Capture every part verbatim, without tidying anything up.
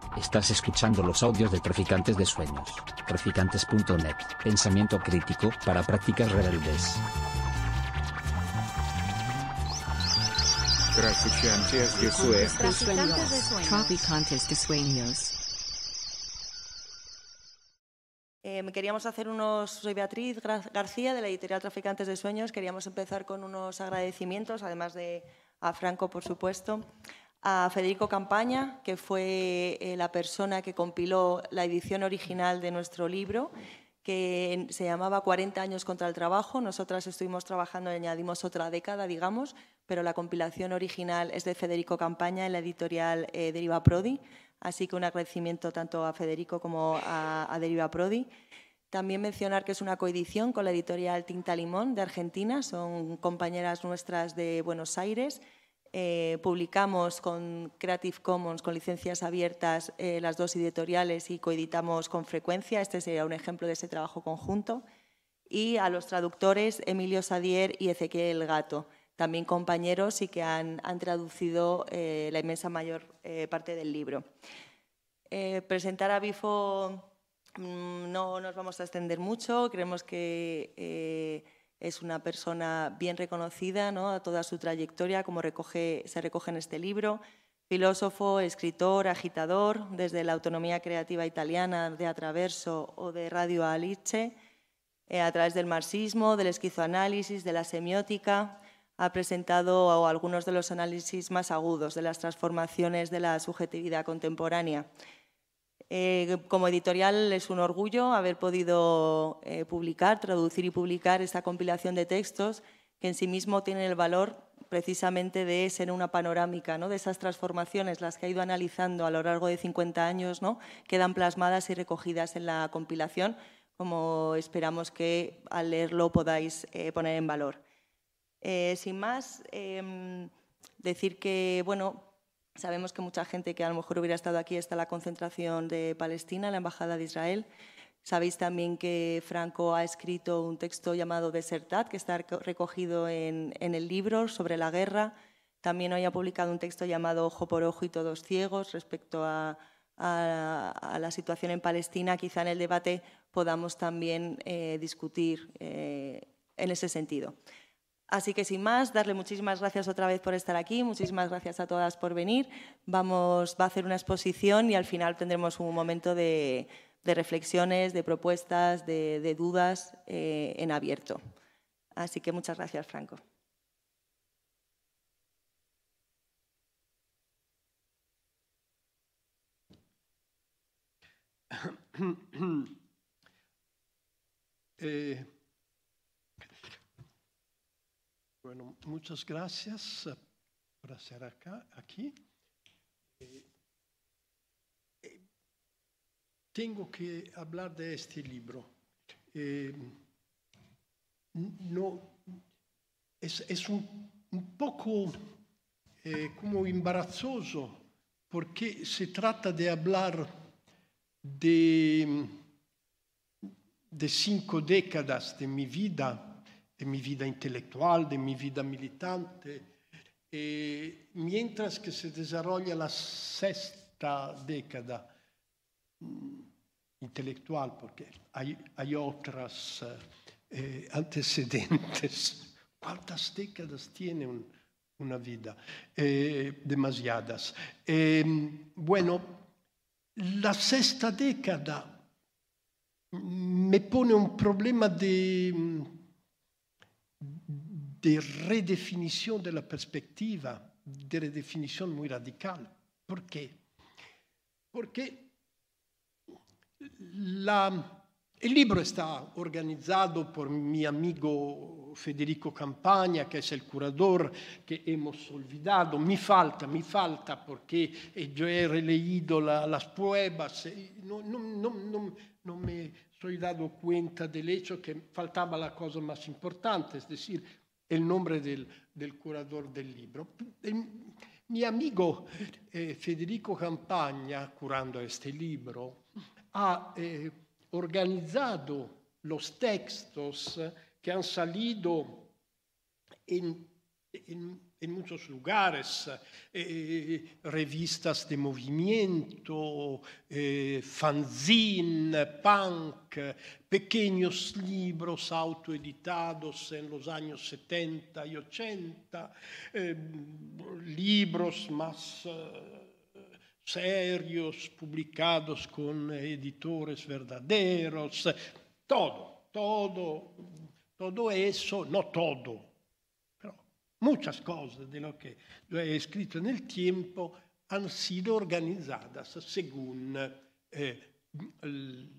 Estás escuchando los audios de Traficantes de Sueños. Traficantes punto net. Pensamiento crítico para prácticas rebeldes. Traficantes de Sueños. Traficantes de Sueños. Eh, queríamos hacer unos, soy Beatriz García de la editorial Traficantes de Sueños, queríamos empezar con unos agradecimientos, además de a Franco, por supuesto, a Federico Campaña, que fue eh, la persona que compiló la edición original de nuestro libro, que se llamaba cuarenta años contra el trabajo. Nosotras estuvimos trabajando, añadimos otra década, digamos, pero la compilación original es de Federico Campaña en la editorial eh, Deriva Prodi. Así que un agradecimiento tanto a Federico como a, a Deriva Prodi. También mencionar que es una coedición con la editorial Tinta Limón de Argentina, son compañeras nuestras de Buenos Aires. Eh, publicamos con Creative Commons, con licencias abiertas, eh, las dos editoriales y coeditamos con frecuencia. Este sería un ejemplo de ese trabajo conjunto. Y a los traductores Emilio Sadier y Ezequiel Gato, también compañeros y que han, han traducido eh, la inmensa mayor eh, parte del libro. Eh, presentar a Bifo mmm, no nos vamos a extender mucho, creemos que eh, es una persona bien reconocida, ¿no?, a toda su trayectoria, como recoge, se recoge en este libro. Filósofo, escritor, agitador, desde la autonomía creativa italiana de Atraverso o de Radio Alice, eh, a través del marxismo, del esquizoanálisis, de la semiótica. Ha presentado algunos de los análisis más agudos de las transformaciones de la subjetividad contemporánea. Eh, como editorial es un orgullo haber podido eh, publicar, traducir y publicar esta compilación de textos que en sí mismo tienen el valor precisamente de ser una panorámica, ¿no?, de esas transformaciones, las que ha ido analizando a lo largo de cincuenta años, ¿no?, quedan plasmadas y recogidas en la compilación, como esperamos que al leerlo podáis eh, poner en valor. Eh, sin más, eh, decir que, bueno, sabemos que mucha gente que a lo mejor hubiera estado aquí está en la concentración de Palestina, en la Embajada de Israel. Sabéis también que Franco ha escrito un texto llamado Desertat, que está recogido en, en el libro sobre la guerra. También hoy ha publicado un texto llamado Ojo por Ojo y Todos Ciegos respecto a, a, a la situación en Palestina. Quizá en el debate podamos también eh, discutir eh, en ese sentido. Así que, sin más, darle muchísimas gracias otra vez por estar aquí, muchísimas gracias a todas por venir. Vamos, va a hacer una exposición y al final tendremos un momento de, de reflexiones, de propuestas, de, de dudas eh, en abierto. Así que muchas gracias, Franco. eh... Bueno, muchas gracias por estar acá, aquí. Eh, eh, tengo que hablar de este libro. Eh, no, es, es un, un poco eh, como embarazoso porque se trata de hablar de, de cinco décadas de mi vida, de mi vida intelectual, de mi vida militante, eh, mientras que se desarrolla la sexta década mmm, intelectual, porque hay, hay otras eh, antecedentes. ¿Cuántas décadas tiene un, una vida? Eh, demasiadas. Eh, bueno, la sexta década me pone un problema de... de redefinición de la perspectiva, de redefinición muy radical. ¿Por qué? Porque la, el libro está organizado por mi amigo Federico Campaña, que es el curador que hemos olvidado. Me falta, me falta, porque yo he releído la, las pruebas y no, no, no, no, no me soy dado cuenta del hecho que faltaba la cosa más importante, es decir, el nombre del, del curador del libro. El, mi amigo eh, Federico Campaña, curando este libro, ha eh, organizado los textos que han salido en, en en muchos lugares, eh, revistas de movimiento, eh, fanzine, punk, pequeños libros autoeditados en los años setenta y ochenta, eh, libros más eh, serios, publicados con editores verdaderos, todo, todo, todo eso, no todo, pero muchas cosas de lo que yo he escrito en el tiempo han sido organizadas según eh, el,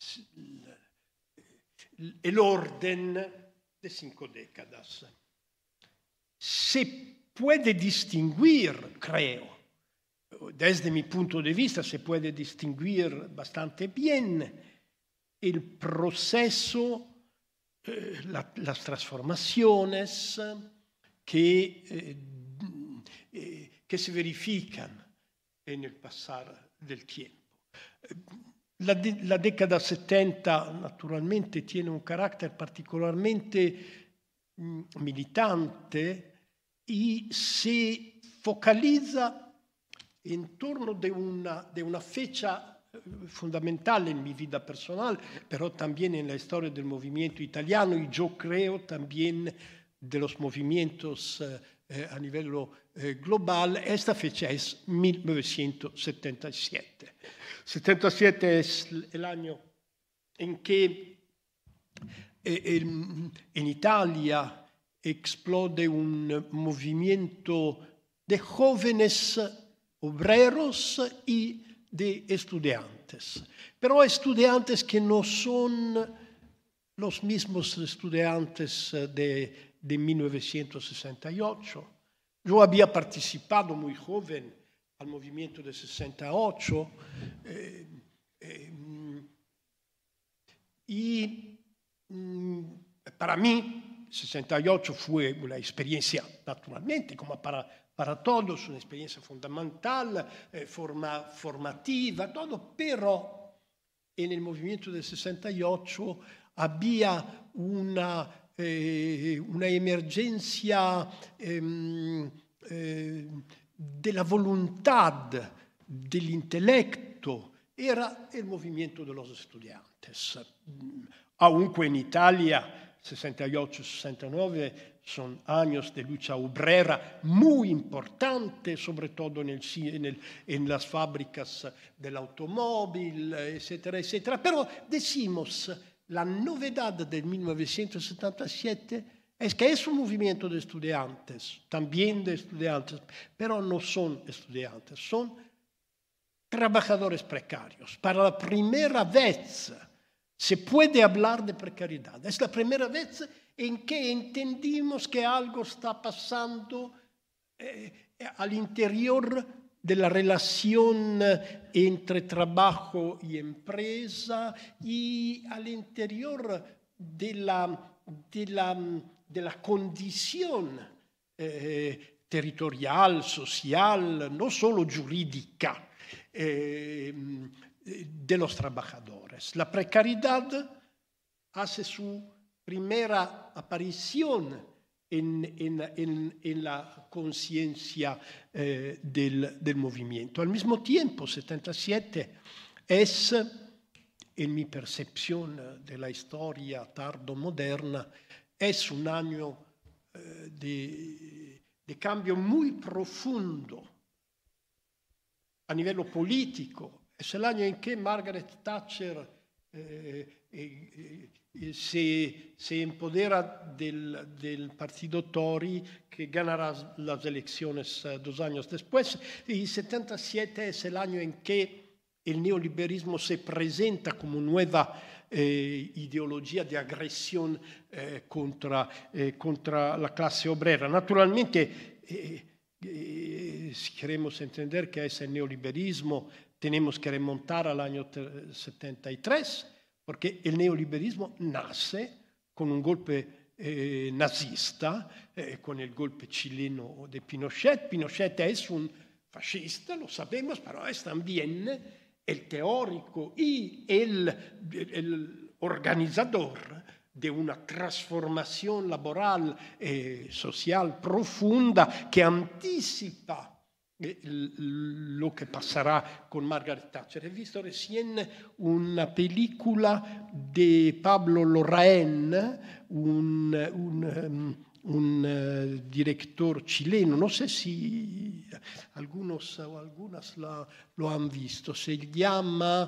el orden de cinco décadas. Se puede distinguir, creo, desde mi punto de vista se puede distinguir bastante bien el proceso, eh, la, las transformaciones que, eh, eh, que se verifican en el pasar del tiempo. La, de, la década setenta naturalmente tiene un carácter particolarmente mm, militante y se focaliza en torno de una, de una fecha fundamental en mi vida personal, pero también en la historia del movimiento italiano y yo creo también de los movimientos eh, a nivel eh, global. Esta fecha es mil novecientos setenta y siete. setenta y siete es el año en que eh, en, en Italia explode un movimiento de jóvenes obreros y de estudiantes, pero estudiantes que no son los mismos estudiantes de, de mil novecientos sesenta y ocho. Yo había participado muy joven al movimiento de sesenta y ocho eh, eh, y mm, para mí sesenta y ocho fue una experiencia, naturalmente, como para para todos, una experiencia fundamental, eh, forma, formativa, todo, pero en el movimiento del sesenta y ocho había una, eh, una emergencia eh, eh, de la voluntad, del intelecto, era el movimiento de los estudiantes. Aunque en Italia, sesenta y ocho sesenta y nueve, son años de lucha obrera muy importante, sobre todo en, el, en, el, en las fábricas del automóvil, etcétera, etcétera. Pero decimos, la novedad del mil novecientos setenta y siete es que es un movimiento de estudiantes, también de estudiantes, pero no son estudiantes, son trabajadores precarios. Para la primera vez se puede hablar de precariedad. Es la primera vez en que entendimos que algo está pasando eh, al interior de la relación entre trabajo y empresa y al interior de la, de la, de la condición eh, territorial, social, no solo jurídica, eh, de los trabajadores. La precariedad hace su primera aparición en, en, en, en la conciencia eh, del, del movimiento. Al mismo tiempo, setenta y siete es, en mi percepción de la historia tardo-moderna, es un año eh, de, de cambio muy profundo a nivel político. Es el año en que Margaret Thatcher eh, eh, eh, se, se empodera del, del partido Tory, que ganará las elecciones eh, dos años después. Y setenta y siete es el año en que el neoliberalismo se presenta como nueva eh, ideología de agresión eh, contra, eh, contra la clase obrera. Naturalmente, eh, eh, si queremos entender qué es el neoliberalismo, tenemos que remontar al año setenta y tres, porque el neoliberalismo nace con un golpe eh, nazista, eh, con el golpe chileno de Pinochet. Pinochet es un fascista, lo sabemos, pero es también el teórico y el, el organizador de una transformación laboral y social profunda que anticipa lo que pasará con Margaret Thatcher. He visto recién una película de Pablo Larraín, un, un, un uh, director chileno, no sé si algunos o algunas la, lo han visto, se llama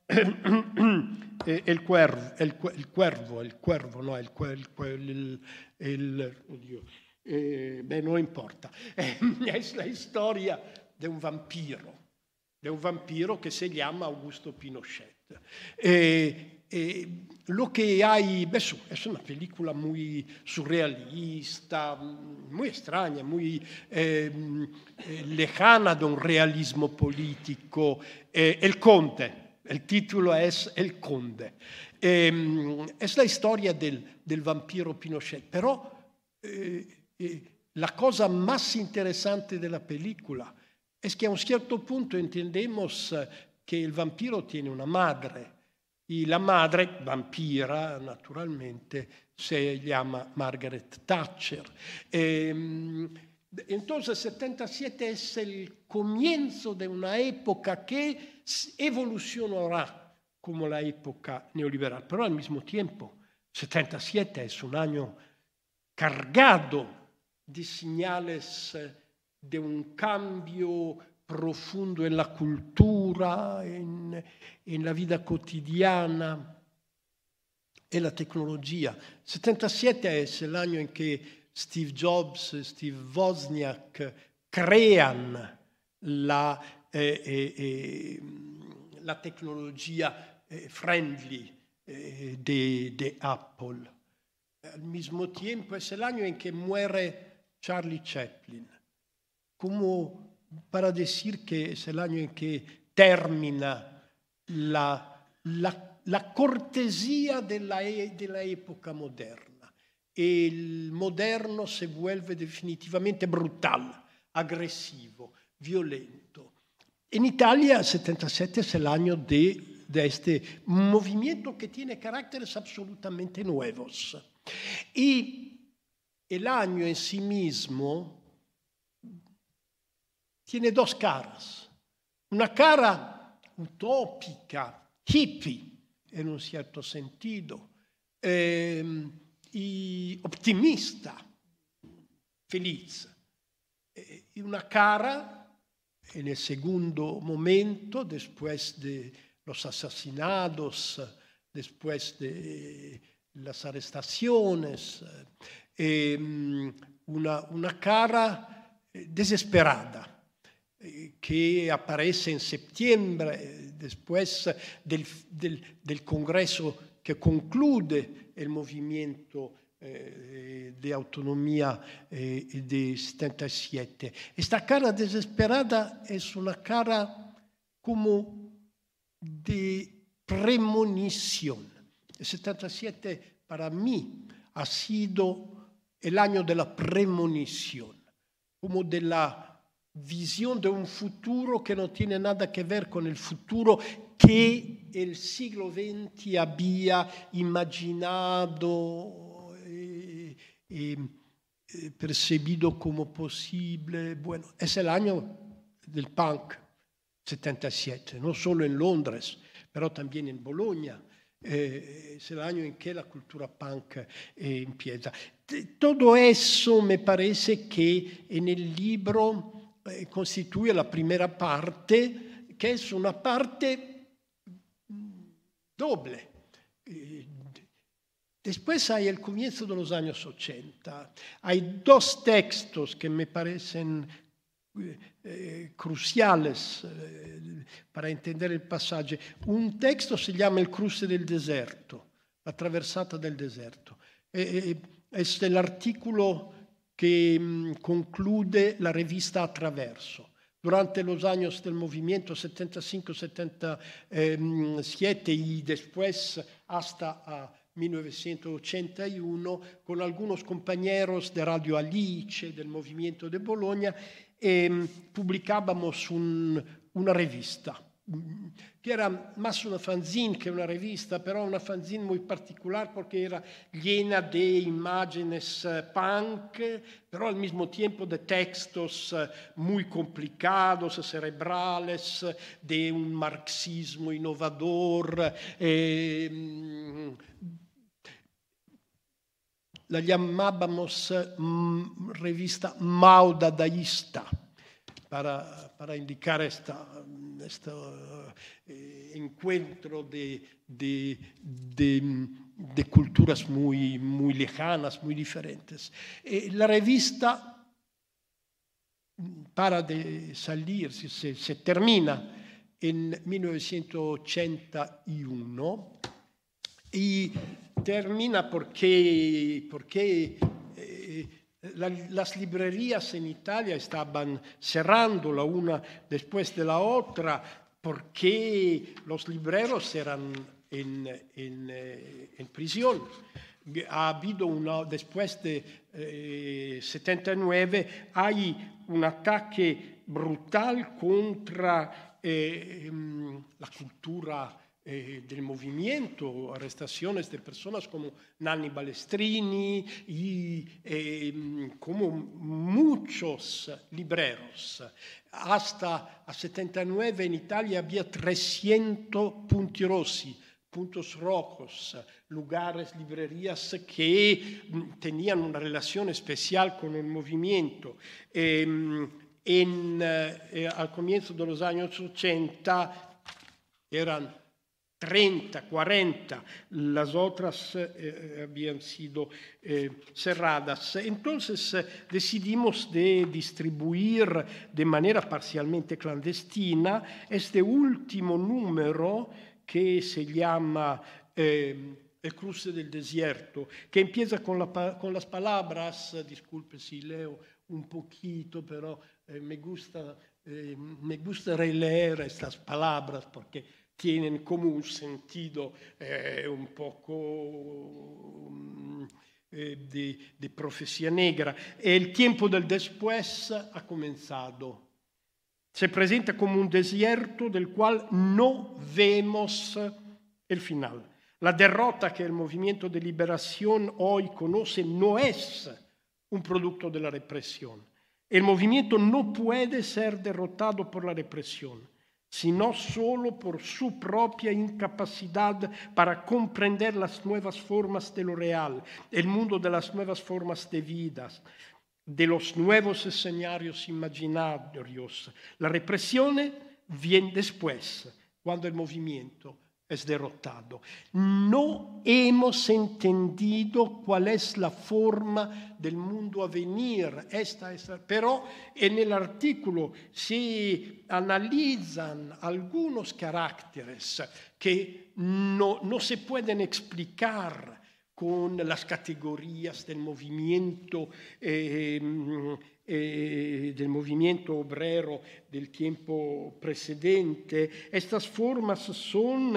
El Cuervo, el, el Cuervo, el Cuervo, no, el, el, el, el, oddio, eh, beh, no importa, es la historia de un vampiro, de un vampiro que se llama Augusto Pinochet. Eh, eh, lo que hay, eso, es una película muy surrealista, muy extraña, muy eh, lejana de un realismo político. Eh, El Conde, el título es El Conde. Eh, es la historia del, del vampiro Pinochet, pero eh, eh, la cosa más interesante de la película es que a un cierto punto entendemos que el vampiro tiene una madre y la madre, vampira naturalmente, se llama Margaret Thatcher. Eh, entonces setenta y siete es el comienzo de una época que evolucionará como la época neoliberal, pero al mismo tiempo setenta y siete es un año cargado de señales de un cambio profundo en la cultura, en, en la vida cotidiana, en la tecnología. setenta y siete es el año en que Steve Jobs, Steve Wozniak crean la, eh, eh, eh, la tecnología eh, friendly eh, de, de Apple. Al mismo tiempo es el año en que muere Charlie Chaplin, como para decir que es el año en que termina la, la, la cortesía de la, de la época moderna. El moderno se vuelve definitivamente brutal, agresivo, violento. En Italia, setenta y siete es el año de, de este movimiento que tiene caracteres absolutamente nuevos. Y el año en sí mismo tiene dos caras. Una cara utópica, hippie, en un cierto sentido, eh, y optimista, feliz. Eh, y una cara, en el segundo momento, después de los asesinatos, después de las arrestaciones, eh, una, una cara desesperada, que aparece en septiembre, después del, del, del Congreso que concluye el movimiento eh, de autonomía eh, de setenta y siete. Esta cara desesperada es una cara como de premonición. El setenta y siete para mí ha sido el año de la premonición, como de la visión de un futuro que no tiene nada que ver con el futuro que el siglo veinte había imaginado y, y, y percibido como posible. Bueno, es el año del punk, setenta y siete, no solo en Londres, pero también en Bologna. Eh, es el año en que la cultura punk eh, empieza. Todo eso me parece que en el libro eh, constituye la primera parte, que es una parte doble. Eh, después hay el comienzo de los años ochenta. Hay dos textos que me parecen Eh, cruciales eh, para entender el pasaje. Un texto se llama El cruce del deserto, la attraversata del deserto. Eh, es el artículo que mh, concluye la revista Attraverso. Durante los años del movimiento setenta y cinco setenta y siete y después hasta a mil novecientos ochenta y uno, con algunos compañeros de Radio Alice, del movimiento de Bologna, Eh, publicábamos un, una revista que era más una fanzine que una revista, pero una fanzine muy particular porque era llena de imágenes punk, pero al mismo tiempo de textos muy complicados, cerebrales, de un marxismo innovador. Eh, la llamábamos mm, revista Maudadaísta, para, para indicar este eh, encuentro de, de, de, de culturas muy, muy lejanas, muy diferentes. Eh, la revista para de salir, se, se, se termina en mil novecientos ochenta y uno y termina porque, porque eh, la, las librerías en Italia estaban cerrando la una después de la otra porque los libreros eran en, en, en prisión. Ha habido una, después de eh, setenta y nueve, hay un ataque brutal contra eh, la cultura eh, del movimiento, arrestaciones de personas como Nanni Balestrini y eh, como muchos libreros. Hasta a setenta y nueve en Italia había trescientos punti rossi, puntos rojos, lugares, librerías que tenían una relación especial con el movimiento. Eh, en, eh, al comienzo de los años ochenta eran treinta, cuarenta, las otras eh, habían sido eh, cerradas. Entonces eh, decidimos de distribuir de manera parcialmente clandestina este último número que se llama eh, El cruce del desierto, que empieza con, la, con las palabras, disculpe si leo un poquito, pero eh, me, gusta, eh, me gusta releer estas palabras porque tienen como un sentido eh, un poco eh, de, de profecía negra. El tiempo del después ha comenzado. Se presenta como un desierto del cual no vemos el final. La derrota que el movimiento de liberación hoy conoce no es un producto de la represión. El movimiento no puede ser derrotado por la represión, sino solo por su propia incapacidad para comprender las nuevas formas de lo real, el mundo de las nuevas formas de vida, de los nuevos escenarios imaginarios. La represión viene después, cuando el movimiento es derrotado. No hemos entendido cuál es la forma del mundo a venir, esta, esta, pero en el artículo se analizan algunos caracteres que no, no se pueden explicar con las categorías del movimiento, eh, eh, del movimiento obrero del tiempo precedente. Estas formas son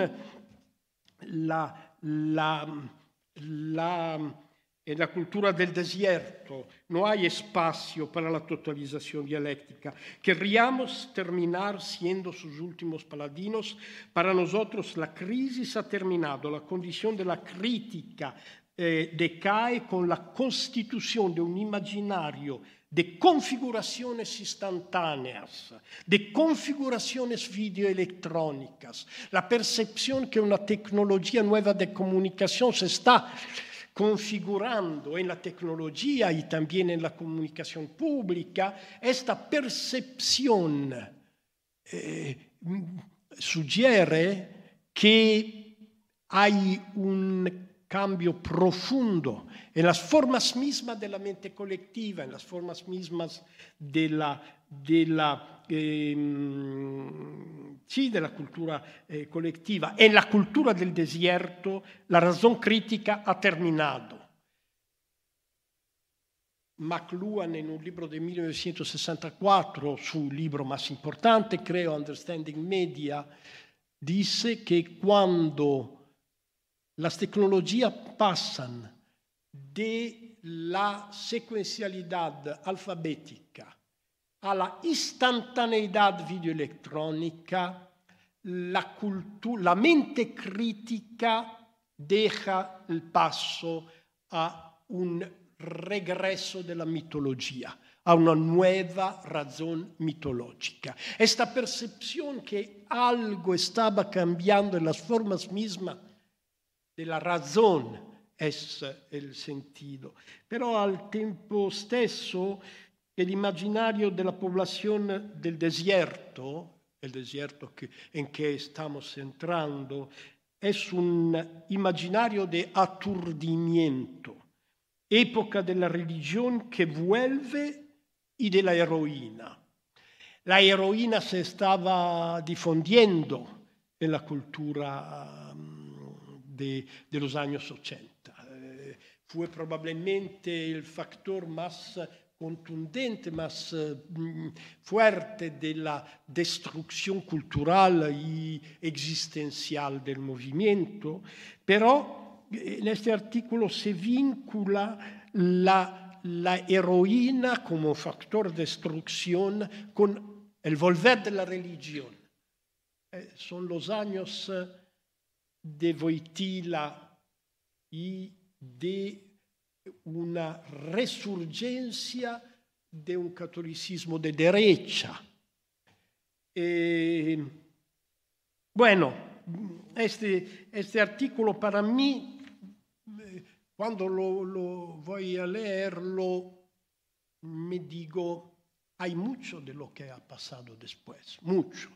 la, la, la, en la cultura del desierto. No hay espacio para la totalización dialéctica. Querríamos terminar siendo sus últimos paladinos. Para nosotros la crisis ha terminado. La condición de la crítica eh, decae con la constitución de un imaginario de configuraciones instantáneas, de configuraciones videoelectrónicas, la percepción que una tecnología nueva de comunicación se está configurando en la tecnología y también en la comunicación pública. Esta percepción eh, sugiere que hay un cambio profundo en las formas mismas de la mente colectiva, en las formas mismas de la, de la, eh, sí, de la cultura eh, colectiva. En la cultura del desierto, la razón crítica ha terminado. McLuhan, en un libro de mil novecientos sessantaquattro, su libro más importante, creo, Understanding Media, dice que cuando las tecnologías pasan de la secuencialidad alfabética a la instantaneidad videoelectrónica, la, cultu- la mente crítica deja el paso a un regreso de la mitología, a una nueva razón mitológica. Esta percepción que algo estaba cambiando en las formas mismas de la razón es el sentido. Pero al tiempo stesso el imaginario de la población del desierto, el desierto que, en que estamos entrando, es un imaginario de aturdimiento, época de la religión que vuelve y de la heroína. La heroína se estaba difundiendo en la cultura um, de, de los años ochenta. Eh, fue probablemente el factor más contundente, más uh, fuerte de la destrucción cultural y existencial del movimiento, pero en este artículo se vincula la la heroína como factor de destrucción con el volver de la religión. Eh, son los años eh, de Wojtyła y de una resurgencia de un catolicismo de derecha. Eh, bueno, este, este artículo para mí, cuando lo, lo voy a leerlo, me digo, hay mucho de lo que ha pasado después, mucho.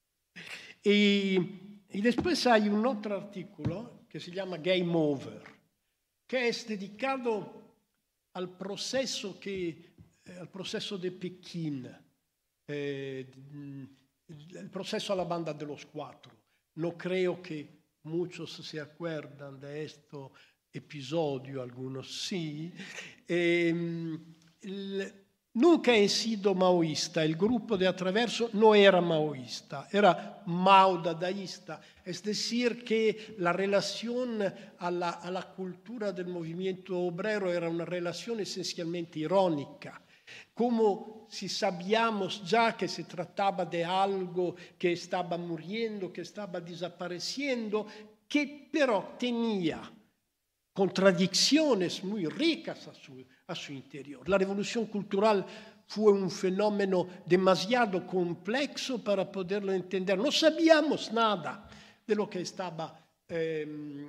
Y, y después hay un otro artículo que se llama Game Over, que es dedicado al proceso, que, al proceso de Pekín, eh, el proceso a la banda de los cuatro. No creo que muchos se acuerdan de esto episodio, algunos sí. Eh, el, nunca he sido maoísta, el grupo de Atraverso no era maoísta, era mao-dadaísta, es decir, que la relación a la, a la cultura del movimiento obrero era una relación esencialmente irónica, como si sabíamos ya que se trataba de algo que estaba muriendo, que estaba desapareciendo, que pero tenía contradicciones muy ricas a su, a su interior. La revolución cultural fue un fenómeno demasiado complejo para poderlo entender. No sabíamos nada de lo que estaba eh,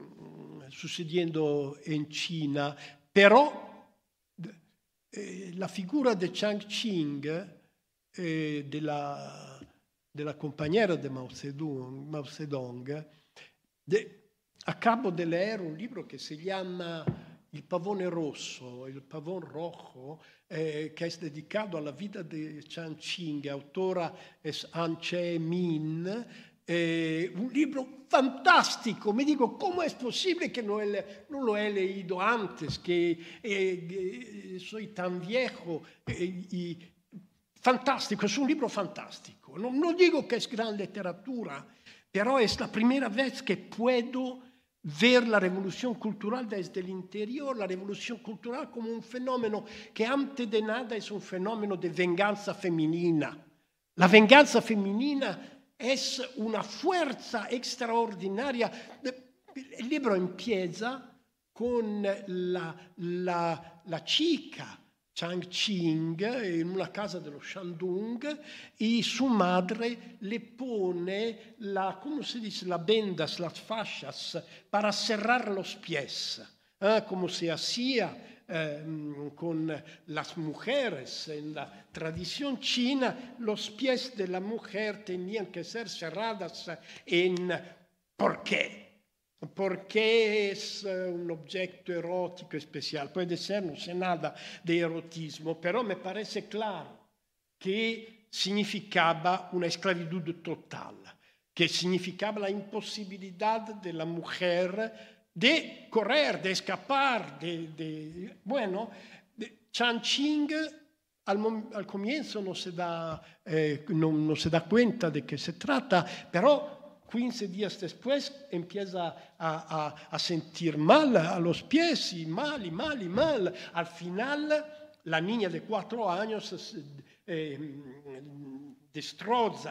sucediendo en China, pero eh, la figura de Chiang Ching, eh, de, la, de la compañera de Mao Zedong, Mao Zedong de, acabo de leer un libro que se llama Il pavone rosso, il pavone rojo, eh, que es dedicado a la vida de Chiang Ching, autora es An Che-min, eh, un libro fantástico. Me digo, ¿cómo es posible que no, he, no lo he leído antes, que eh, soy tan viejo? Eh, y fantástico, es un libro fantástico. No, no digo que es gran literatura, pero es la primera vez que puedo ver la revolución cultural desde el interior, la revolución cultural como un fenómeno que antes de nada es un fenómeno de venganza femenina. La venganza femenina es una fuerza extraordinaria. El libro empieza con la, la, la chica Chiang Ching en una casa de los Shandong y su madre le pone la, ¿cómo se dice? Las vendas, las fachas para cerrar los pies, ¿eh? Como se hacía eh, con las mujeres en la tradición china. Los pies de la mujer tenían que ser cerradas en ¿por qué? Porque es un objeto erótico especial. Puede ser, no sé nada de erotismo, pero me parece claro que significaba una esclavitud total, que significaba la imposibilidad de la mujer de correr, de escapar, de... de bueno, Chiang Ching al, al comienzo no se, da, eh, no, no se da cuenta de qué se trata, pero quince días después empieza a, a, a sentir mal a los pies, y mal, y mal, y mal. Al final, la niña de cuatro años eh, destroza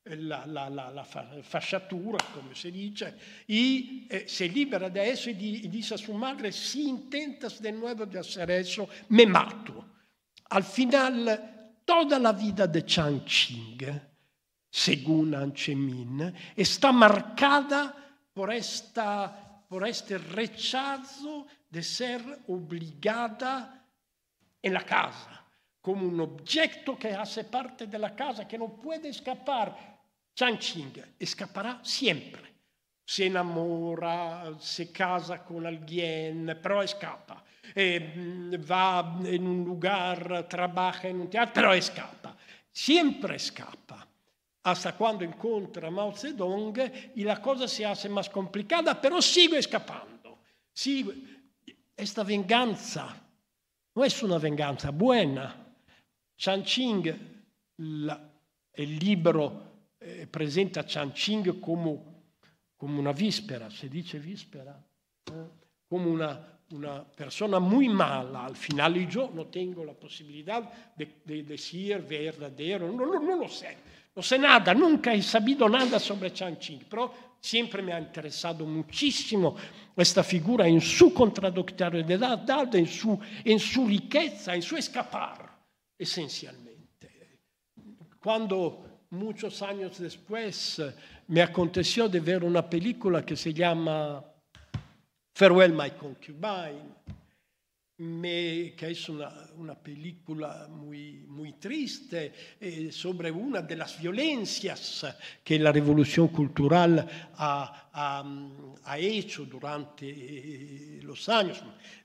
la, la, la, la fasciatura, come si dice, y eh, se libera de eso y, di, y dice a su madre, si intentas de nuevo de hacer eso, me mato. Al final, toda la vida de Chang Ching, según Anchemin, está marcada por, esta, por este rechazo de ser obligada en la casa, como un objeto que hace parte de la casa, que no puede escapar. Chang Ching escapará siempre. Se enamora, se casa con alguien, pero escapa. Eh, va en un lugar, trabaja en un teatro, pero escapa. Siempre escapa. Hasta cuando encuentra a Mao Zedong y la cosa se hace más complicada, pero sigue escapando. Sigue. Esta venganza no es una venganza buena. Chang Ching, la, el libro eh, presenta a Chang Ching como, como una víspera, se dice víspera, eh, como una, una persona muy mala. Al final yo no tengo la posibilidad de, de decir verdadero, no, no, no lo sé, no sé nada, nunca he sabido nada sobre Chang Ching, pero siempre me ha interesado muchísimo esta figura en su contradictoriedad, en su, en su riqueza, en su escapar. Esencialmente. Cuando muchos años después me aconteció de ver una película que se llama Farewell My Concubine, me, que es una, una película muy, muy triste eh, sobre una de las violencias que la revolución cultural ha, ha, ha hecho durante eh, los años.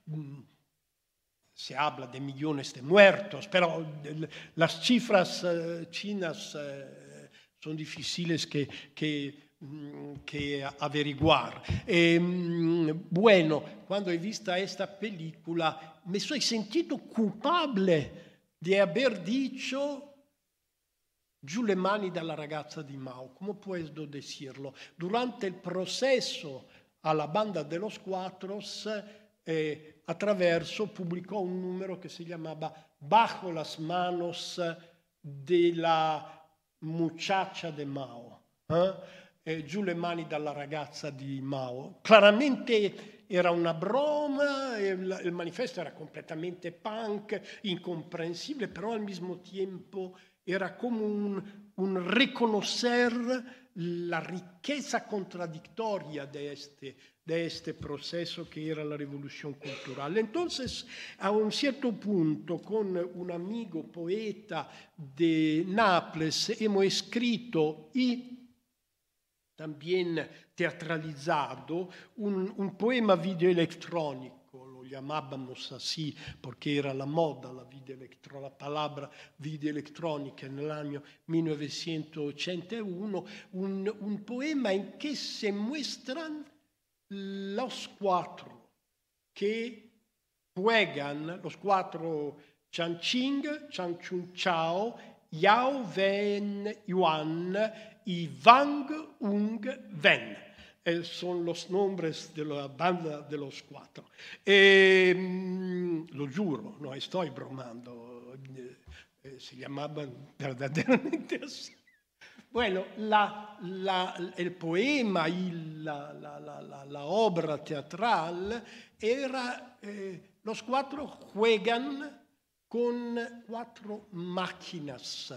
Se habla de millones de muertos, pero las cifras uh, chinas uh, son difíciles que, que, que averiguar. Eh, bueno, cuando he visto esta película, me soy sentido culpable de haber dicho giù le mani dalla ragazza di Mao. ¿Cómo puedo decirlo? Durante el proceso a la banda de los Cuatros, Eh, Attraverso pubblicò un numero che si chiamava Bajo las manos de la muchacha de Mao, eh? Eh, giù le mani dalla ragazza di Mao. Claramente era una broma, il, il manifesto era completamente punk, incomprensibile, però al mismo tiempo era come un, un reconocer la riqueza contradictoria de este, de este proceso que era la revolución cultural. Entonces, a un cierto punto, con un amigo poeta de Nápoles, hemos escrito y también teatralizado un, un poema videoelectrónico. Lo llamábamos así porque era la moda, la, video electro, la palabra videoelectrónica en el año mil novecientos ochenta y uno, un, un poema en que se muestran los cuatro que juegan, los cuatro Chang Ching, Chang Chun Chao, Yao Wen Yuan y Wang Ung Wen. Eh, son los nombres de la banda de los cuatro. Eh, lo juro, no estoy bromando, eh, se llamaban verdaderamente así. Bueno, la, la, el poema y la, la, la, la, la obra teatral era, eh, los cuatro juegan con cuatro máquinas,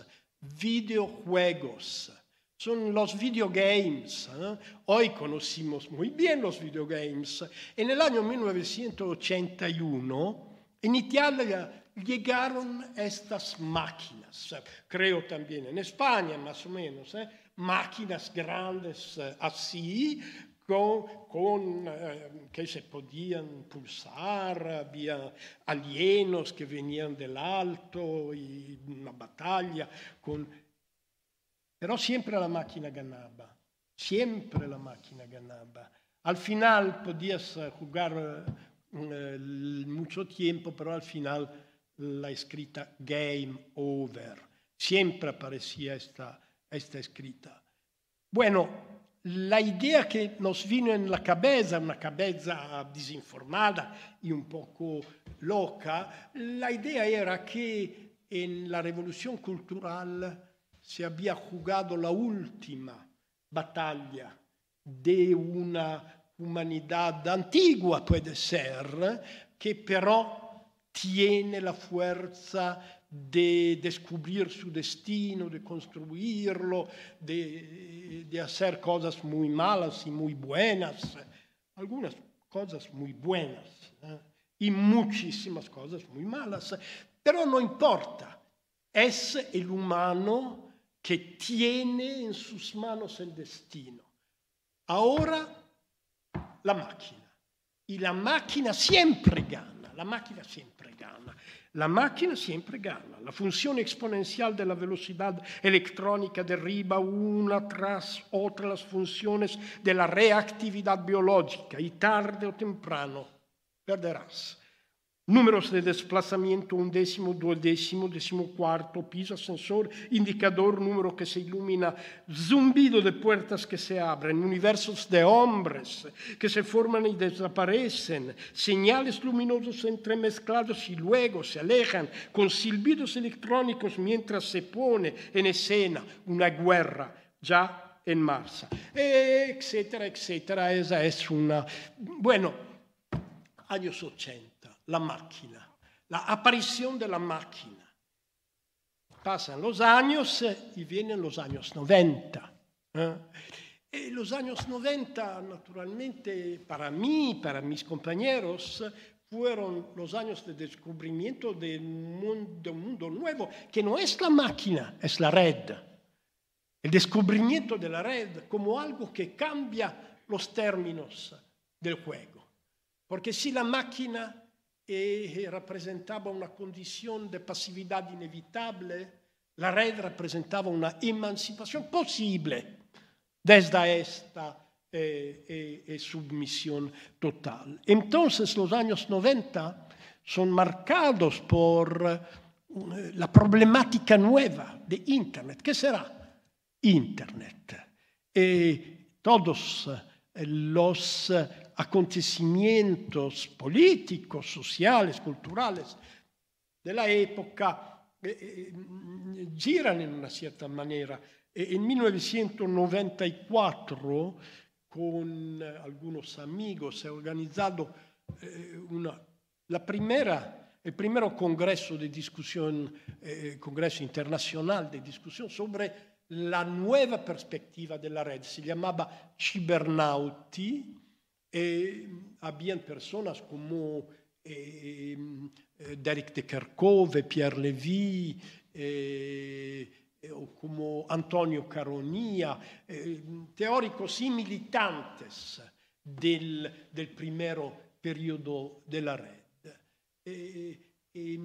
videojuegos. Son los videogames. ¿eh? Hoy conocimos muy bien los videogames. En el año mil novecientos ochenta y uno, en Italia llegaron estas máquinas. Creo también en España, más o menos. ¿eh? Máquinas grandes eh, así, con, con eh, que se podían pulsar. Había alienos que venían del alto y una batalla con... Pero siempre la máquina ganaba, siempre la máquina ganaba. Al final podías jugar eh, mucho tiempo, pero al final la escrita game over. Siempre aparecía esta, esta escrita. Bueno, la idea que nos vino en la cabeza, una cabeza desinformada y un poco loca, la idea era que en la revolución cultural se había jugado la última batalla de una humanidad antigua, puede ser, que pero tiene la fuerza de descubrir su destino, de construirlo, de, de hacer cosas muy malas y muy buenas, algunas cosas muy buenas, ¿eh? Y muchísimas cosas muy malas, pero no importa, es el humano que tiene en sus manos el destino. Ahora la máquina, y la máquina siempre gana, la máquina siempre gana. La máquina siempre gana. La función exponencial de la velocidad electrónica derriba una tras otra las funciones de la reactividad biológica y tarde o temprano perderás. Números de desplazamiento, undécimo, duodécimo, decimocuarto, piso, ascensor, indicador, número que se ilumina, zumbido de puertas que se abren, universos de hombres que se forman y desaparecen, señales luminosos entremezclados y luego se alejan con silbidos electrónicos mientras se pone en escena una guerra ya en marcha, etcétera, etcétera. Esa es una... Bueno, años ochenta. La máquina, la aparición de la máquina. Pasan los años y vienen los años noventa. ¿eh? Y los años noventa, naturalmente, para mí, para mis compañeros, fueron los años de descubrimiento de un mundo, de un mundo nuevo, que no es la máquina, es la red. El descubrimiento de la red como algo que cambia los términos del juego. Porque si la máquina e rappresentava una condizione di passività inevitabile, la red rappresentava una emancipación posible desde esta eh, eh, eh, submisión total. Entonces los años noventa son marcados por eh, la problemática nueva de Internet. ¿Qué será Internet? Eh, todos eh, los acontecimientos políticos, sociales, culturales de la época eh, eh, giran en una cierta manera. Eh, en mil novecientos noventa y cuatro, con eh, algunos amigos, se ha organizado eh, una, la primera, el primer congreso de discusión, eh, congreso internacional de discusión sobre la nueva perspectiva de la red. Se llamaba Cibernauti. Eh, habían personas como eh, eh, Derek de Kerchove, Pierre Lévy, eh, eh, o como Antonio Caronia, eh, teóricos y militantes del, del primer periodo de la red. Eh, eh,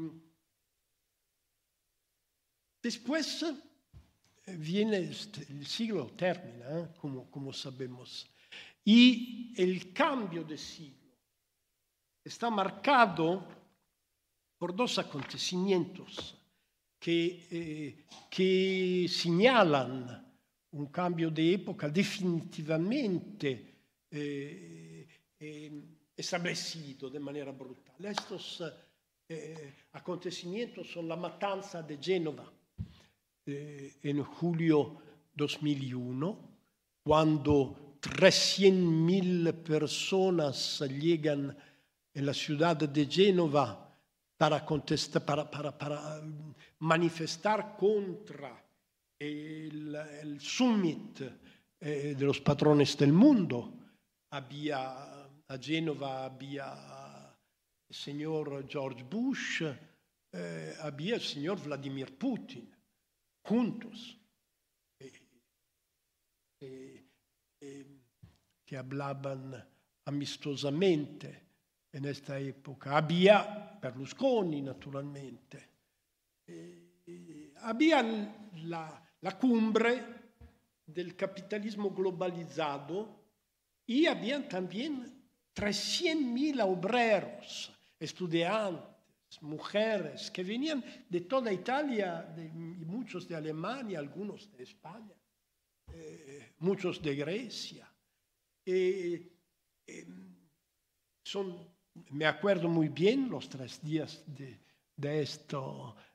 después viene este, el siglo termina, eh, como, como sabemos. Y el cambio de siglo está marcado por dos acontecimientos que, eh, que señalan un cambio de época definitivamente eh, eh, establecido de manera brutal. Estos eh, acontecimientos son la matanza de Génova eh, en julio dos mil uno, cuando trescientas mil personas llegan en la ciudad de Génova para, contestar, para, para, para manifestar contra el, el summit eh, de los patrones del mundo. Había, a Génova había el señor George Bush, eh, había el señor Vladimir Putin, juntos. Eh, eh, Eh, que hablaban amistosamente en esta época. Había Berlusconi, naturalmente. Eh, eh, había la, la cumbre del capitalismo globalizado y habían también trescientas mil obreros, estudiantes, mujeres, que venían de toda Italia, de, y muchos de Alemania, algunos de España. Eh, muchos de Grecia. Eh, eh, son, me acuerdo muy bien los tres días de, de, esto,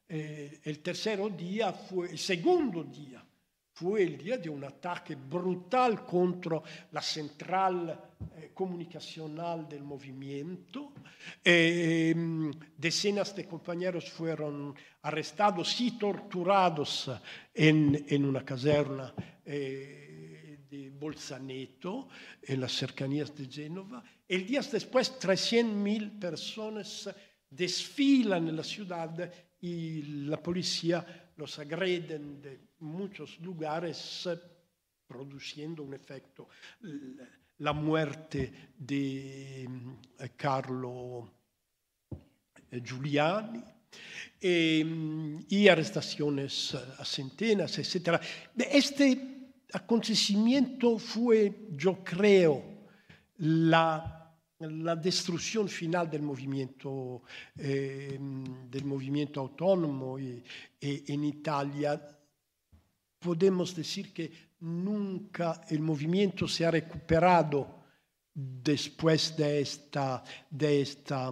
Eh, el tercer día fue, el segundo día, fue el día de un ataque brutal contra la central eh, comunicacional del movimiento. Eh, decenas de compañeros fueron arrestados y torturados en, en una caserna eh, de Bolzaneto, en las cercanías de Génova. El día después, trescientas mil personas desfilan en la ciudad y la policía los agreden de muchos lugares, produciendo un efecto, la muerte de Carlo Giuliani eh, y arrestaciones a centenas, etcétera. Este acontecimiento fue, yo creo, la la destrucción final del movimiento, eh, del movimiento autónomo y, y en Italia. Podemos decir que nunca el movimiento se ha recuperado después de esta, de esta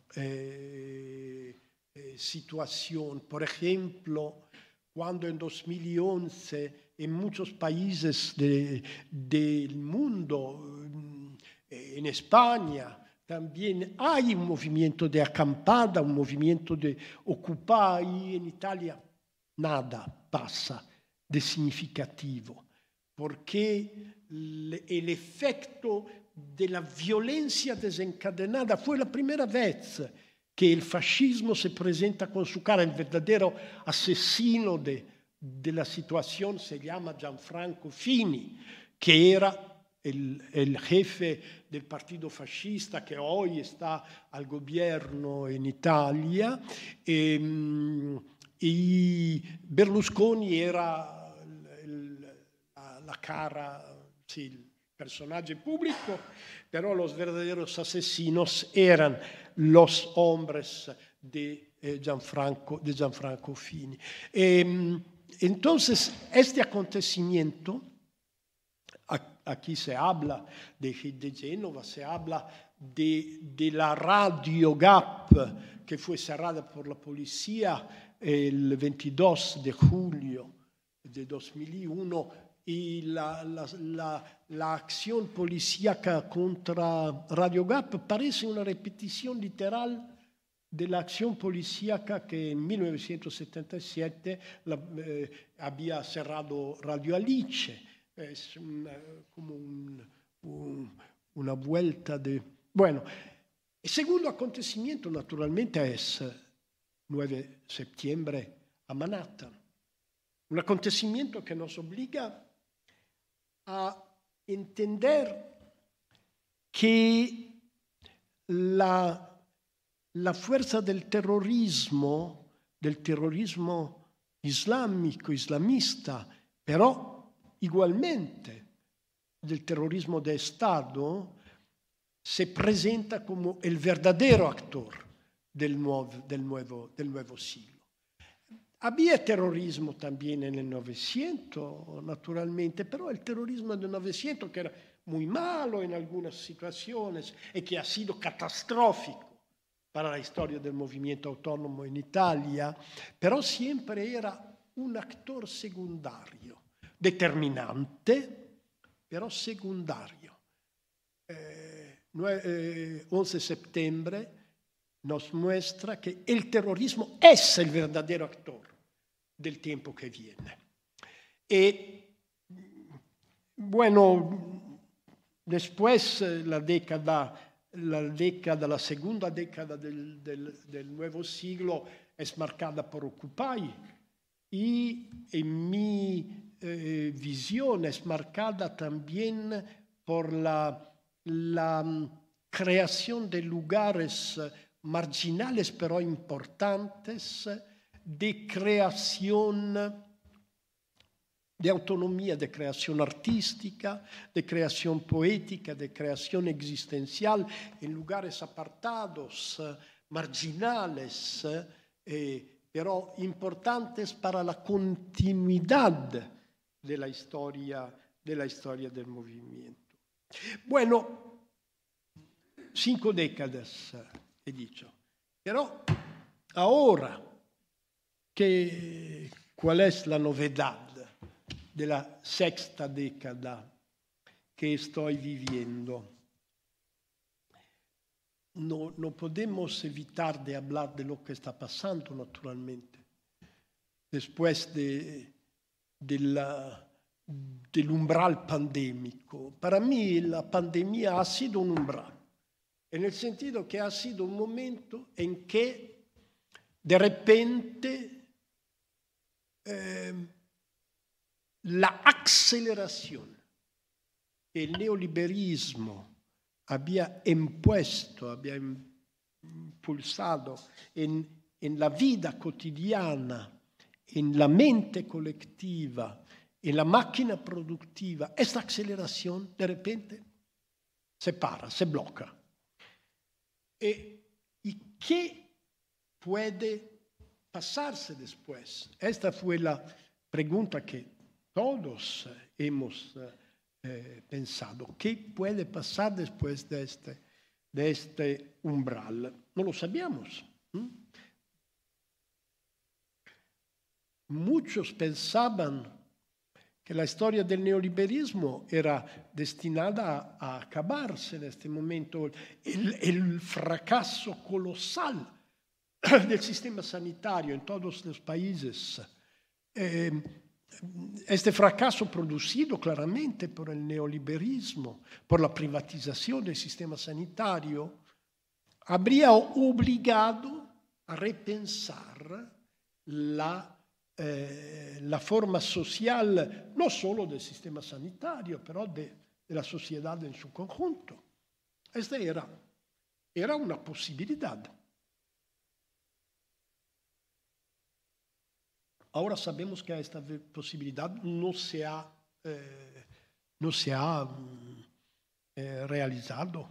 eh, eh, situación. Por ejemplo, cuando en dos mil once en muchos países de, del mundo, en España también hay un movimiento de acampada, un movimiento de occupy, y en Italia nada pasa de significativo, porque el efecto de la violencia desencadenada fue la primera vez que el fascismo se presenta con su cara. El verdadero asesino de, de la situación se llama Gianfranco Fini, que era El, el jefe del partido fascista que hoy está al gobierno en Italia, eh, y Berlusconi era el, la, la cara, sí, el personaje público, pero los verdaderos asesinos eran los hombres de eh, Gianfranco, de Gianfranco Fini. Eh, entonces, este acontecimiento, aquí se habla de, de Génova, se habla de, de la radio Gap que fue cerrada por la policía el veintidós de julio de dos mil uno, y la, la, la, la acción policíaca contra Radio Gap parece una repetición literal de la acción policíaca que en mil novecientos setenta y siete la, eh, había cerrado Radio Alice. Es una, como un, un, una vuelta de... Bueno, el segundo acontecimiento naturalmente es nueve de septiembre a Manhattan. Un acontecimiento que nos obliga a entender que la, la fuerza del terrorismo, del terrorismo islámico, islamista, però igualmente del terrorismo de Estado, se presenta como el verdadero actor del nuevo, del nuevo, del nuevo siglo. Había terrorismo también en el novecento, naturalmente, pero el terrorismo del novecento, que era muy malo en algunas situaciones y que ha sido catastrófico para la historia del movimiento autónomo en Italia, pero siempre era un actor secundario, determinante, pero secundario. Eh, eh, once de septiembre nos muestra que el terrorismo es el verdadero actor del tiempo que viene. Y, bueno, después la década, la década, la segunda década del, del, del nuevo siglo es marcada por Occupy, y en mi Eh, visión es marcada también por la, la creación de lugares marginales pero importantes, de creación, de autonomía, de creación artística, de creación poética, de creación existencial en lugares apartados, marginales, eh, pero importantes para la continuidad de la historia, de la historia del movimiento. Bueno, cinco décadas he dicho, pero ahora que, ¿cuál es la novedad de la sexta década que estoy viviendo? No, no podemos evitar de hablar de lo que está pasando, naturalmente. Después de, de la, del umbral pandémico. Para mí la pandemia ha sido un umbral, en el sentido que ha sido un momento en que de repente eh, la aceleración que el neoliberismo había impuesto, había impulsado en, en la vida cotidiana, en la mente colectiva, en la máquina productiva, esta aceleración de repente se para, se bloca. ¿Y, y qué puede pasarse después? Esta fue la pregunta que todos hemos eh, pensado. ¿Qué puede pasar después de este, de este umbral? No lo sabíamos. ¿Mm? Muchos pensaban que la historia del neoliberismo era destinada a, a acabarse en este momento. El, el fracaso colosal del sistema sanitario en todos los países. Eh, este fracaso producido claramente por el neoliberismo, por la privatización del sistema sanitario, habría obligado a repensar la Eh, la forma social, no solo del sistema sanitario, pero de, de la sociedad en su conjunto. Esta era, era una posibilidad. Ahora sabemos que esta posibilidad no se ha, eh, no se ha eh, realizado.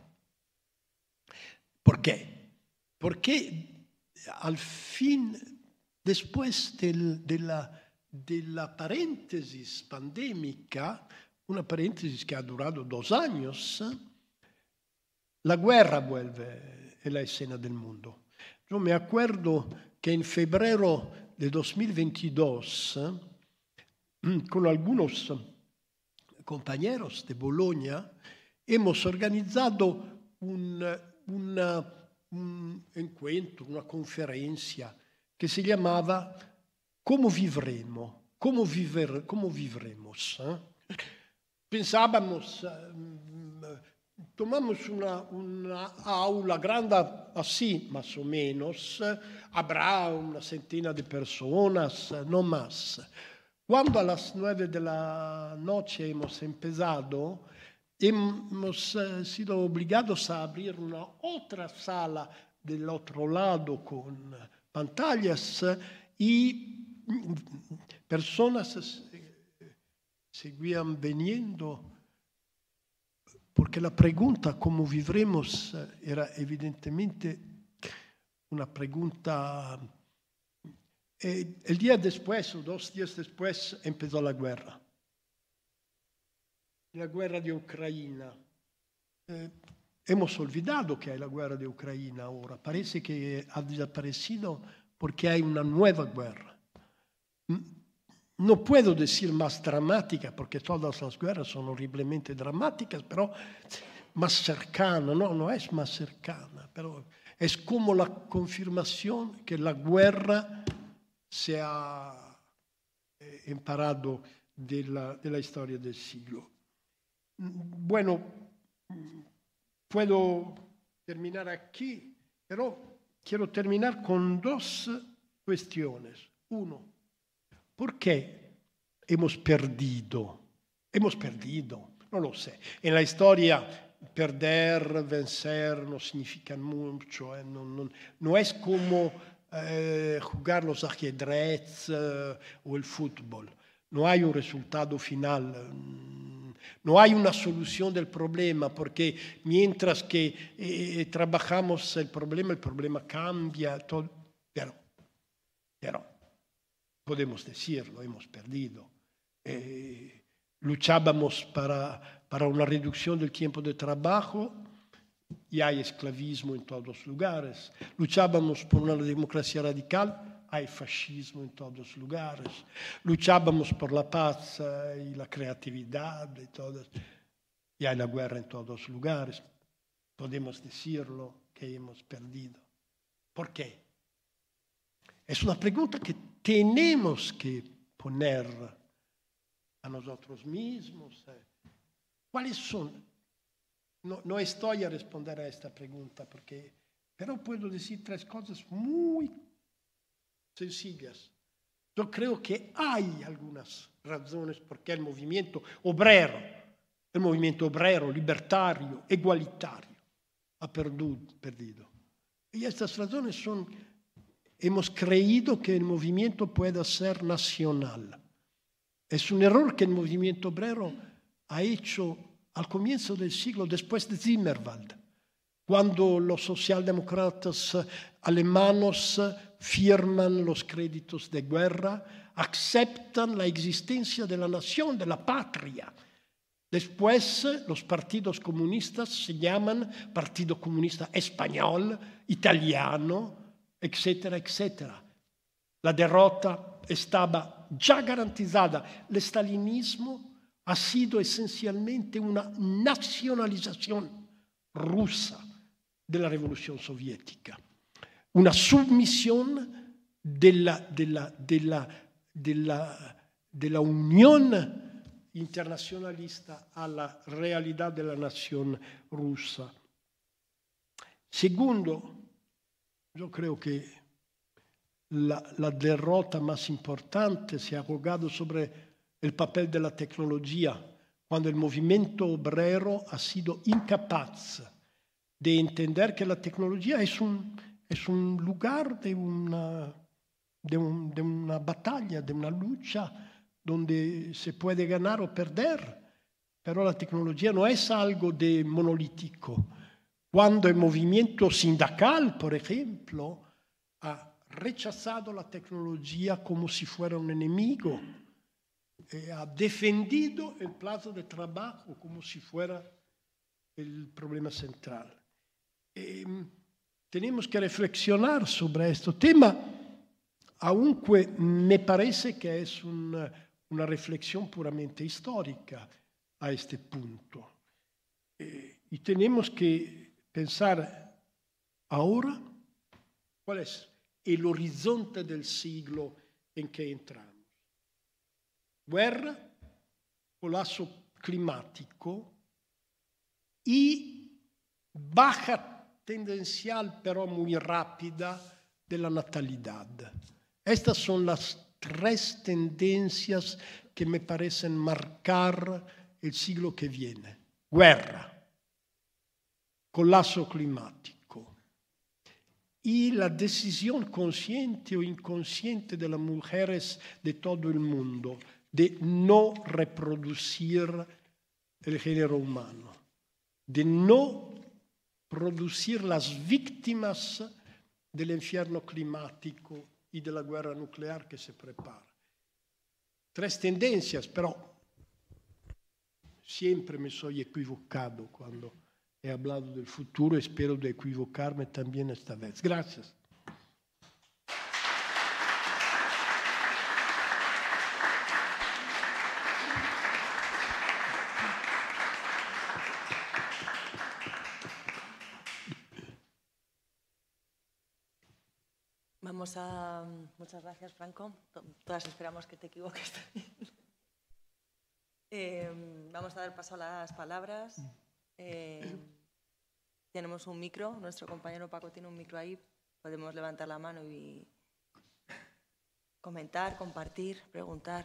¿Por qué? Porque al fin, después del, de, la, de la paréntesis pandémica, una paréntesis que ha durado dos años, la guerra vuelve a la escena del mundo. Yo me acuerdo que en febrero de dos mil veintidós, con algunos compañeros de Bologna, hemos organizado un, una, un encuentro, una conferencia che si chiamava Come vivremo, come, viver, come vivremos. ¿eh? Pensábamos, eh, tomamos una, una aula grande así, más o menos, eh, habrá una centena de personas, eh, no más. Cuando a las nueve de la noche hemos empezado, hemos eh, sido obligados a abrir una otra sala del otro lado con pantallas y personas seguían viniendo porque la pregunta ¿cómo vivremos? Era evidentemente una pregunta. El día después o dos días después empezó la guerra. La guerra de Ucrania. Eh, Hemos olvidado que hay la guerra de Ucrania ahora. Parece que ha desaparecido porque hay una nueva guerra. No puedo decir más dramática, porque todas las guerras son horriblemente dramáticas, pero más cercana. No, no es más cercana, pero es como la confirmación que la guerra se ha emparado de la, de la historia del siglo. Bueno, puedo terminar aquí, pero quiero terminar con dos cuestiones. Uno, ¿por qué hemos perdido? Hemos perdido, no lo sé. En la historia, perder, vencer no significa mucho. Eh? No, no, no es como eh, jugar los ajedrez eh, o el fútbol. No hay un resultado final. No hay una solución del problema, porque mientras que eh, trabajamos el problema, el problema cambia. Todo. Pero, pero podemos decirlo, hemos perdido. Eh, luchábamos para, para una reducción del tiempo de trabajo y hay esclavismo en todos los lugares. Luchábamos por una democracia radical, hay fascismo en todos lugares. Luchábamos por la paz y la creatividad y todo. Y hay la guerra en todos lugares. Podemos decirlo que hemos perdido. ¿Por qué? Es una pregunta que tenemos que poner a nosotros mismos. ¿Cuáles son? No, no estoy a responder a esta pregunta, porque, pero puedo decir tres cosas muy sencillas. Yo creo que hay algunas razones por qué el movimiento obrero, el movimiento obrero, libertario, igualitario, ha perdido. Y estas razones son, hemos creído que el movimiento pueda ser nacional. Es un error que el movimiento obrero ha hecho al comienzo del siglo, después de Zimmerwald, cuando los socialdemócratas alemanes firman los créditos de guerra, aceptan la existencia de la nación, de la patria. Después, los partidos comunistas se llaman Partido Comunista Español, Italiano, etcétera, etcétera. La derrota estaba ya garantizada. El stalinismo ha sido esencialmente una nacionalización rusa de la Revolución Soviética, una submisión de la, de la, de la, de la, de la Unión internacionalista a la realidad de la nación rusa. Segundo, yo creo que la, la derrota más importante se ha jugado sobre el papel de la tecnología, cuando el movimiento obrero ha sido incapaz de entender que la tecnología es un, es un lugar de una, de, un, de una batalla, de una lucha donde se puede ganar o perder, pero la tecnología no es algo de monolítico. Cuando el movimiento sindical, por ejemplo, ha rechazado la tecnología como si fuera un enemigo, eh, ha defendido el plazo de trabajo como si fuera el problema central. Eh, tenemos que reflexionar sobre este tema, aunque me parece que es un una reflexión puramente histórica a este punto. Eh, y tenemos que pensar ahora cuál es el horizonte del siglo en que entramos. Guerra, colapso climático y baja tendencial, pero muy rápida, de la natalidad. Estas son las tres tendencias que me parecen marcar el siglo que viene. Guerra, colapso climático y la decisión consciente o inconsciente de las mujeres de todo el mundo de no reproducir el género humano, de no producir las víctimas del infierno climático y de la guerra nuclear que se prepara. Tres tendencias, pero siempre me soy equivocado cuando he hablado del futuro, espero de equivocarme también esta vez. Gracias. Vamos a... Muchas gracias, Franco. Todas esperamos que te equivoques también. Eh, vamos a dar paso a las palabras. Eh, tenemos un micro. Nuestro compañero Paco tiene un micro ahí. Podemos levantar la mano y comentar, compartir, preguntar.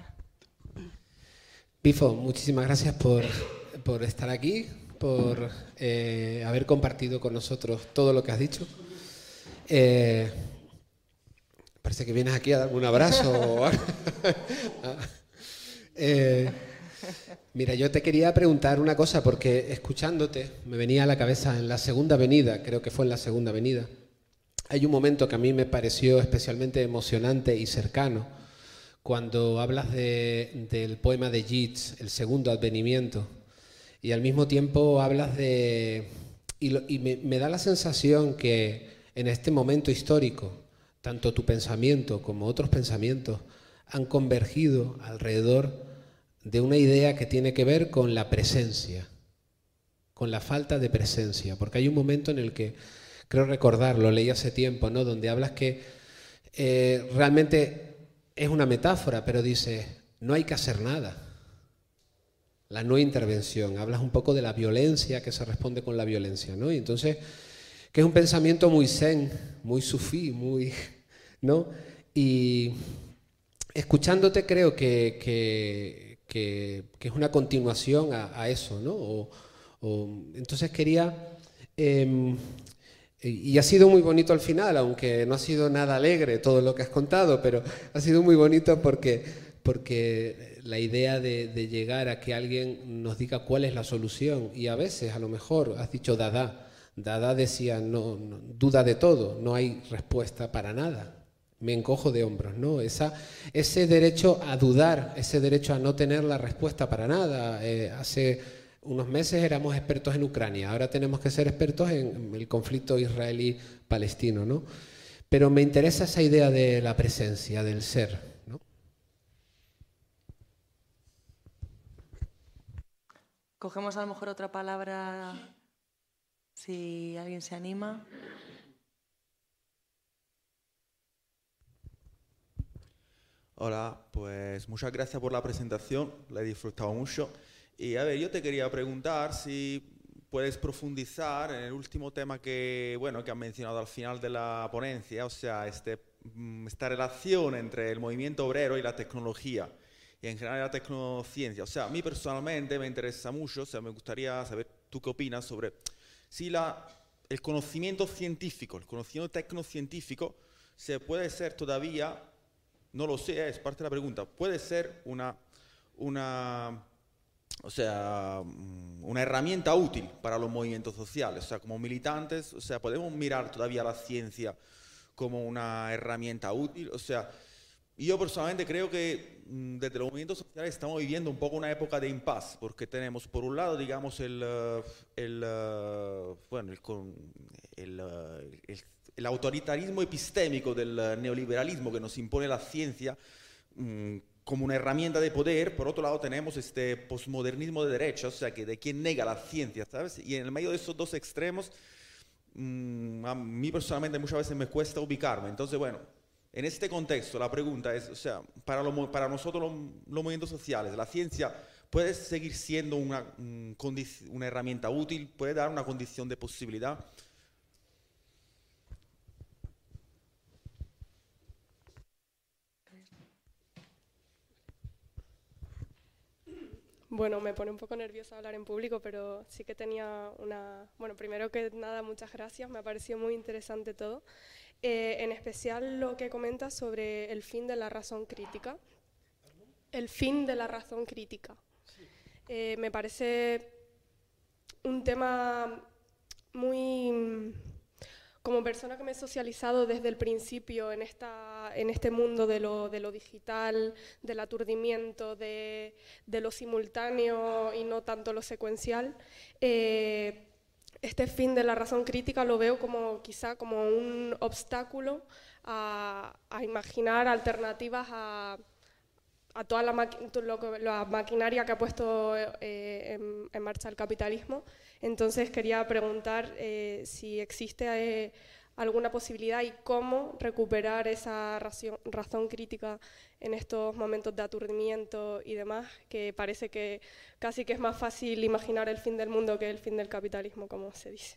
Pifo, muchísimas gracias por, por estar aquí, por eh, haber compartido con nosotros todo lo que has dicho. Eh, Parece que vienes aquí a darme un abrazo. eh, mira, yo te quería preguntar una cosa, porque escuchándote me venía a la cabeza en la Segunda Avenida, creo que fue en la Segunda Avenida, hay un momento que a mí me pareció especialmente emocionante y cercano, cuando hablas de, del poema de Yeats, El Segundo Advenimiento, y al mismo tiempo hablas de... Y, lo, y me, me da la sensación que en este momento histórico, tanto tu pensamiento como otros pensamientos han convergido alrededor de una idea que tiene que ver con la presencia, con la falta de presencia, porque hay un momento en el que, creo recordar, lo leí hace tiempo, ¿no?, donde hablas que eh, realmente es una metáfora, pero dice, no hay que hacer nada. La no intervención, hablas un poco de la violencia que se responde con la violencia, ¿no? Y entonces, que es un pensamiento muy zen, muy sufí, muy, ¿no? Y escuchándote creo que, que, que, que es una continuación a, a eso, ¿no? O, o, entonces quería, eh, y ha sido muy bonito al final, aunque no ha sido nada alegre todo lo que has contado, pero ha sido muy bonito porque, porque la idea de, de llegar a que alguien nos diga cuál es la solución, y a veces, a lo mejor, has dicho Dada, Dada decía, no, no, duda de todo, no hay respuesta para nada. Me encojo de hombros, ¿no? Esa, ese derecho a dudar, ese derecho a no tener la respuesta para nada. Eh, hace unos meses éramos expertos en Ucrania, ahora tenemos que ser expertos en el conflicto israelí-palestino, ¿no? Pero me interesa esa idea de la presencia, del ser, ¿no? Cogemos a lo mejor otra palabra, si alguien se anima. Hola, pues muchas gracias por la presentación, la he disfrutado mucho. Y a ver, yo te quería preguntar si puedes profundizar en el último tema que, bueno, que han mencionado al final de la ponencia, o sea, este, esta relación entre el movimiento obrero y la tecnología, y en general la tecnociencia. O sea, a mí personalmente me interesa mucho, o sea, me gustaría saber tú qué opinas sobre si la, el conocimiento científico, el conocimiento tecnocientífico, se puede ser todavía... No lo sé, es parte de la pregunta. Puede ser una, una, o sea, una herramienta útil para los movimientos sociales. O sea, como militantes, o sea, podemos mirar todavía la ciencia como una herramienta útil. O sea, yo personalmente creo que desde los movimientos sociales estamos viviendo un poco una época de impasse, porque tenemos por un lado, digamos, el, el, bueno, el, el, el el autoritarismo epistémico del neoliberalismo que nos impone la ciencia mmm, como una herramienta de poder. Por otro lado tenemos este posmodernismo de derecha, o sea, que de quien nega la ciencia, ¿sabes? Y en el medio de esos dos extremos, mmm, a mí personalmente muchas veces me cuesta ubicarme. Entonces, bueno, en este contexto la pregunta es, o sea, para, lo, para nosotros los, los movimientos sociales, ¿la ciencia puede seguir siendo una, una herramienta útil? ¿Puede dar una condición de posibilidad? Bueno, me pone un poco nerviosa hablar en público, pero sí que tenía una... Bueno, primero que nada, muchas gracias, me ha parecido muy interesante todo. Eh, en especial lo que comentas sobre el fin de la razón crítica. El fin de la razón crítica. Eh, me parece un tema muy... Como persona que me he socializado desde el principio en, esta, en este mundo de lo, de lo digital, del aturdimiento, de, de lo simultáneo y no tanto lo secuencial, eh, este fin de la razón crítica lo veo como quizá como un obstáculo a, a imaginar alternativas a, a toda la, maqui lo, la maquinaria que ha puesto eh, en, en marcha el capitalismo. Entonces quería preguntar eh, si existe eh, alguna posibilidad y cómo recuperar esa razón, razón crítica en estos momentos de aturdimiento y demás, que parece que casi que es más fácil imaginar el fin del mundo que el fin del capitalismo, como se dice.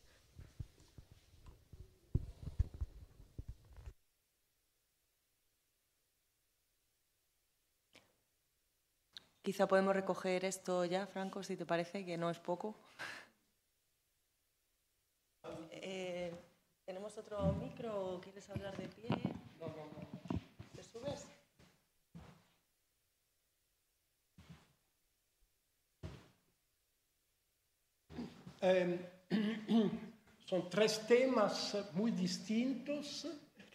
Quizá podemos recoger esto ya, Franco, si te parece, que no es poco. Eh, ¿Tenemos otro micro o quieres hablar de pie? No, no, no. ¿Te subes? Eh, son tres temas muy distintos.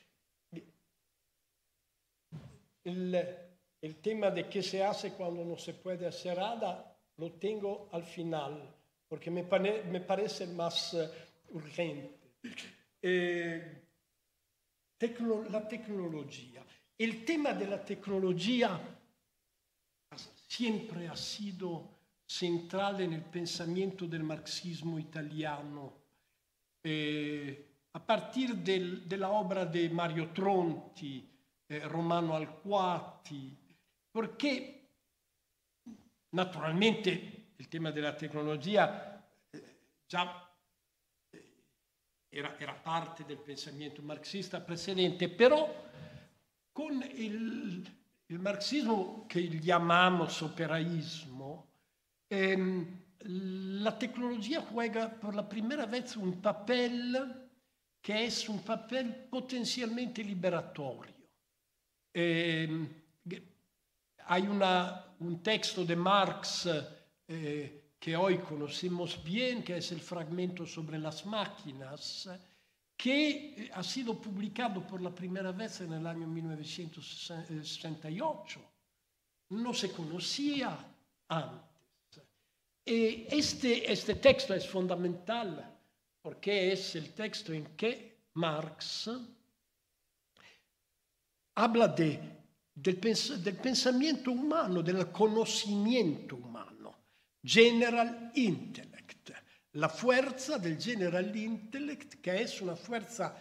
El, el tema de qué se hace cuando no se puede hacer nada lo tengo al final, porque me, pare, me parece más... urgente. Eh, tecno, la tecnología. El tema de la tecnología siempre ha sido central en el pensamiento del marxismo italiano, eh, a partir del, de la obra de Mario Tronti, eh, Romano Alquati, porque naturalmente il tema della tecnologia eh, già era, era parte del pensamento marxista precedente, però con il, il marxismo che llamamos operaísmo, ehm, la tecnologia juega por la primera vez un papel que es un papel potencialmente liberatorio. Eh, hay una, un texto de Marx eh, que hoy conocemos bien, que es el fragmento sobre las máquinas, que ha sido publicado por la primera vez en el año mil novecientos sesenta y ocho. No se conocía antes. Y este, este texto es fundamental porque es el texto en que Marx habla de, del, pens del pensamiento humano, del conocimiento humano, general intellect, la fuerza del general intellect, que es una fuerza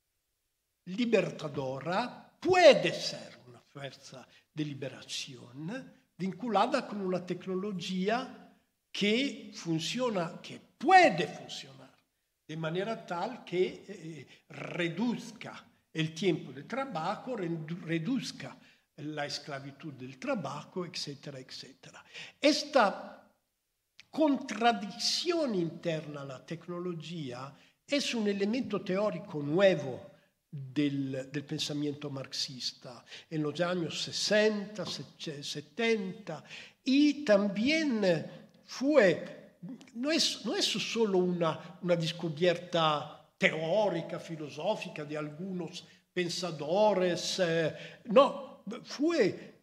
libertadora, puede ser una fuerza de liberación vinculada con una tecnología que funciona, que puede funcionar de manera tal que eh, reduzca el tiempo de trabajo, reduzca la esclavitud del trabajo, etcétera, etcétera. Esta contradicción interna a la tecnología es un elemento teórico nuevo del, del pensamiento marxista en los años sesenta, setenta, y también fue... No es, no es solo una, una descubierta teórica, filosófica de algunos pensadores, eh, no, fue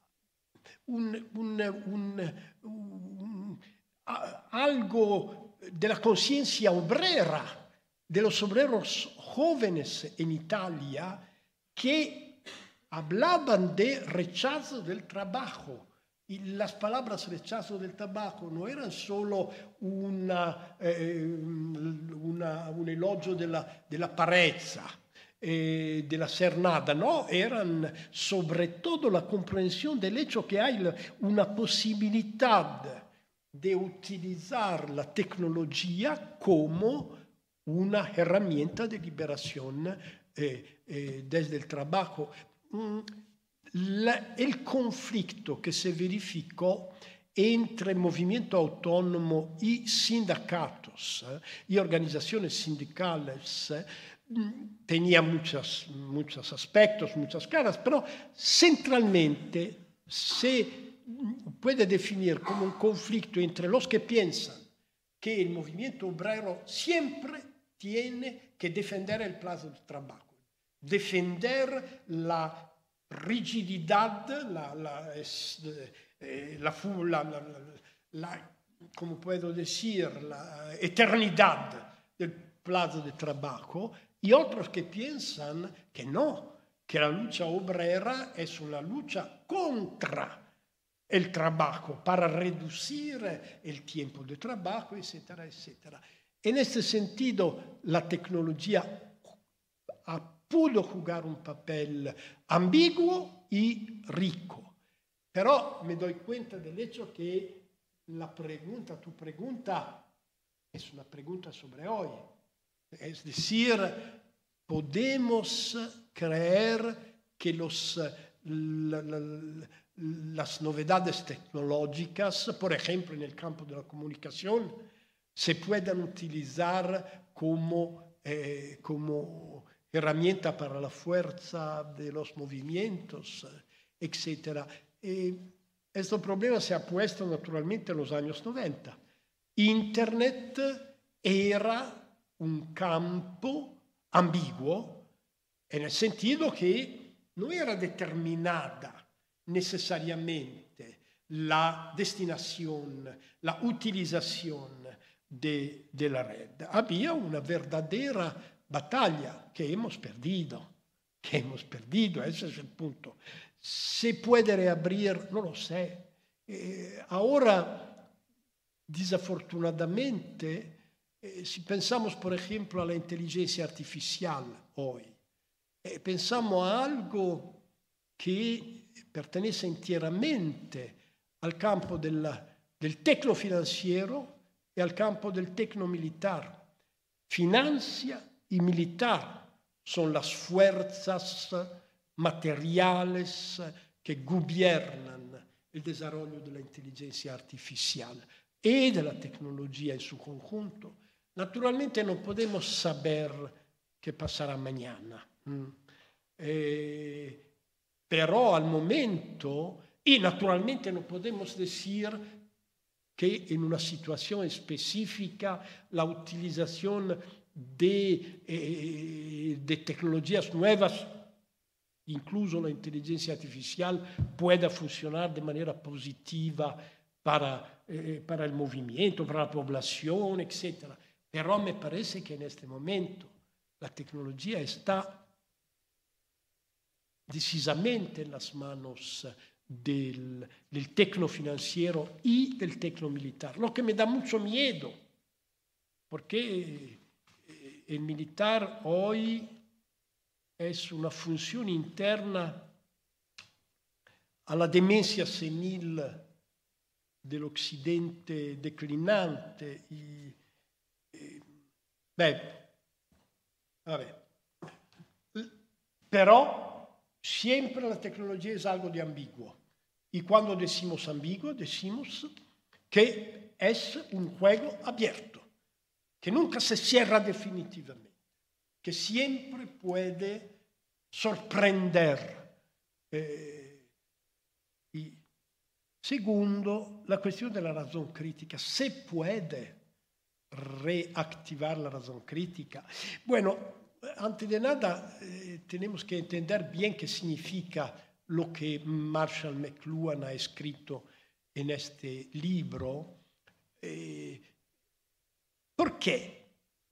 un, un, un, un, a, algo de la conciencia obrera, de los obreros jóvenes en Italia que hablaban de rechazo del trabajo. Y las palabras rechazo del tabaco no eran solo una, eh, una, un elogio de la, de la parezza, eh, de la ser nada, no, eran sobre todo la comprensión del hecho que hay una posibilidad de utilizar la tecnología como una herramienta de liberación eh, eh, desde el trabajo. Mm. La, el conflicto que se verificó entre movimiento autónomo y sindicatos eh, y organizaciones sindicales eh, tenía muchos, muchos aspectos, muchas caras, pero centralmente se puede definir como un conflicto entre los que piensan que el movimiento obrero siempre tiene que defender el plazo de trabajo, defender la rigididad, la, la, es, eh, la, la, la, la, como puedo decir, la eternidad del plazo de trabajo, y otros que piensan que no, que la lucha obrera es una lucha contra el trabajo, para reducir el tiempo de trabajo, etcétera, etcétera. En este sentido, la tecnología ha pudo jugar un papel ambiguo y rico. Pero me doy cuenta del hecho que la pregunta, tu pregunta, es una pregunta sobre hoy. Es decir, podemos creer que los, la, la, las novedades tecnológicas, por ejemplo, en el campo de la comunicación, se puedan utilizar como, eh, como herramienta para la fuerza de los movimientos, etcétera. Y este problema se ha puesto naturalmente en los años noventa. Internet era un campo ambiguo en el sentido que no era determinada necesariamente la destinación, la utilización de, de la red. Había una verdadera batalla que hemos perdido, que hemos perdido, ese es el punto. ¿Se puede reabrir? No lo sé. Eh, ahora, desafortunadamente, eh, si pensamos, por ejemplo, a la inteligencia artificial hoy, eh, pensamos a algo que pertenece enteramente al campo della, del tecnofinanciero e al campo del tecnomilitar. Financia y militar son las fuerzas materiales que gobiernan el desarrollo de la inteligencia artificial y de la tecnología en su conjunto. Naturalmente no podemos saber qué pasará mañana, eh, pero al momento, y naturalmente no podemos decir que en una situación específica la utilización de, eh, de tecnologías nuevas, incluso la inteligencia artificial, pueda funcionar de manera positiva para, eh, para el movimiento, para la población, etcétera. Pero me parece que en este momento la tecnología está decisamente en las manos del, del tecnofinanciero y del tecnomilitar, lo que me da mucho miedo, porque el militar hoy es una función interna a la demencia senil del occidente declinante. Y, eh, beh, vabbè. Pero siempre la tecnología es algo de ambiguo. Y cuando decimos ambiguo, decimos que es un juego abierto, que nunca se cierra definitivamente, que siempre puede sorprender. Eh, y segundo, la cuestión de la razón crítica. ¿Se puede reactivar la razón crítica? Bueno, antes de nada, eh, tenemos que entender bien qué significa lo que Marshall McLuhan ha escrito en este libro. Eh, ¿Por qué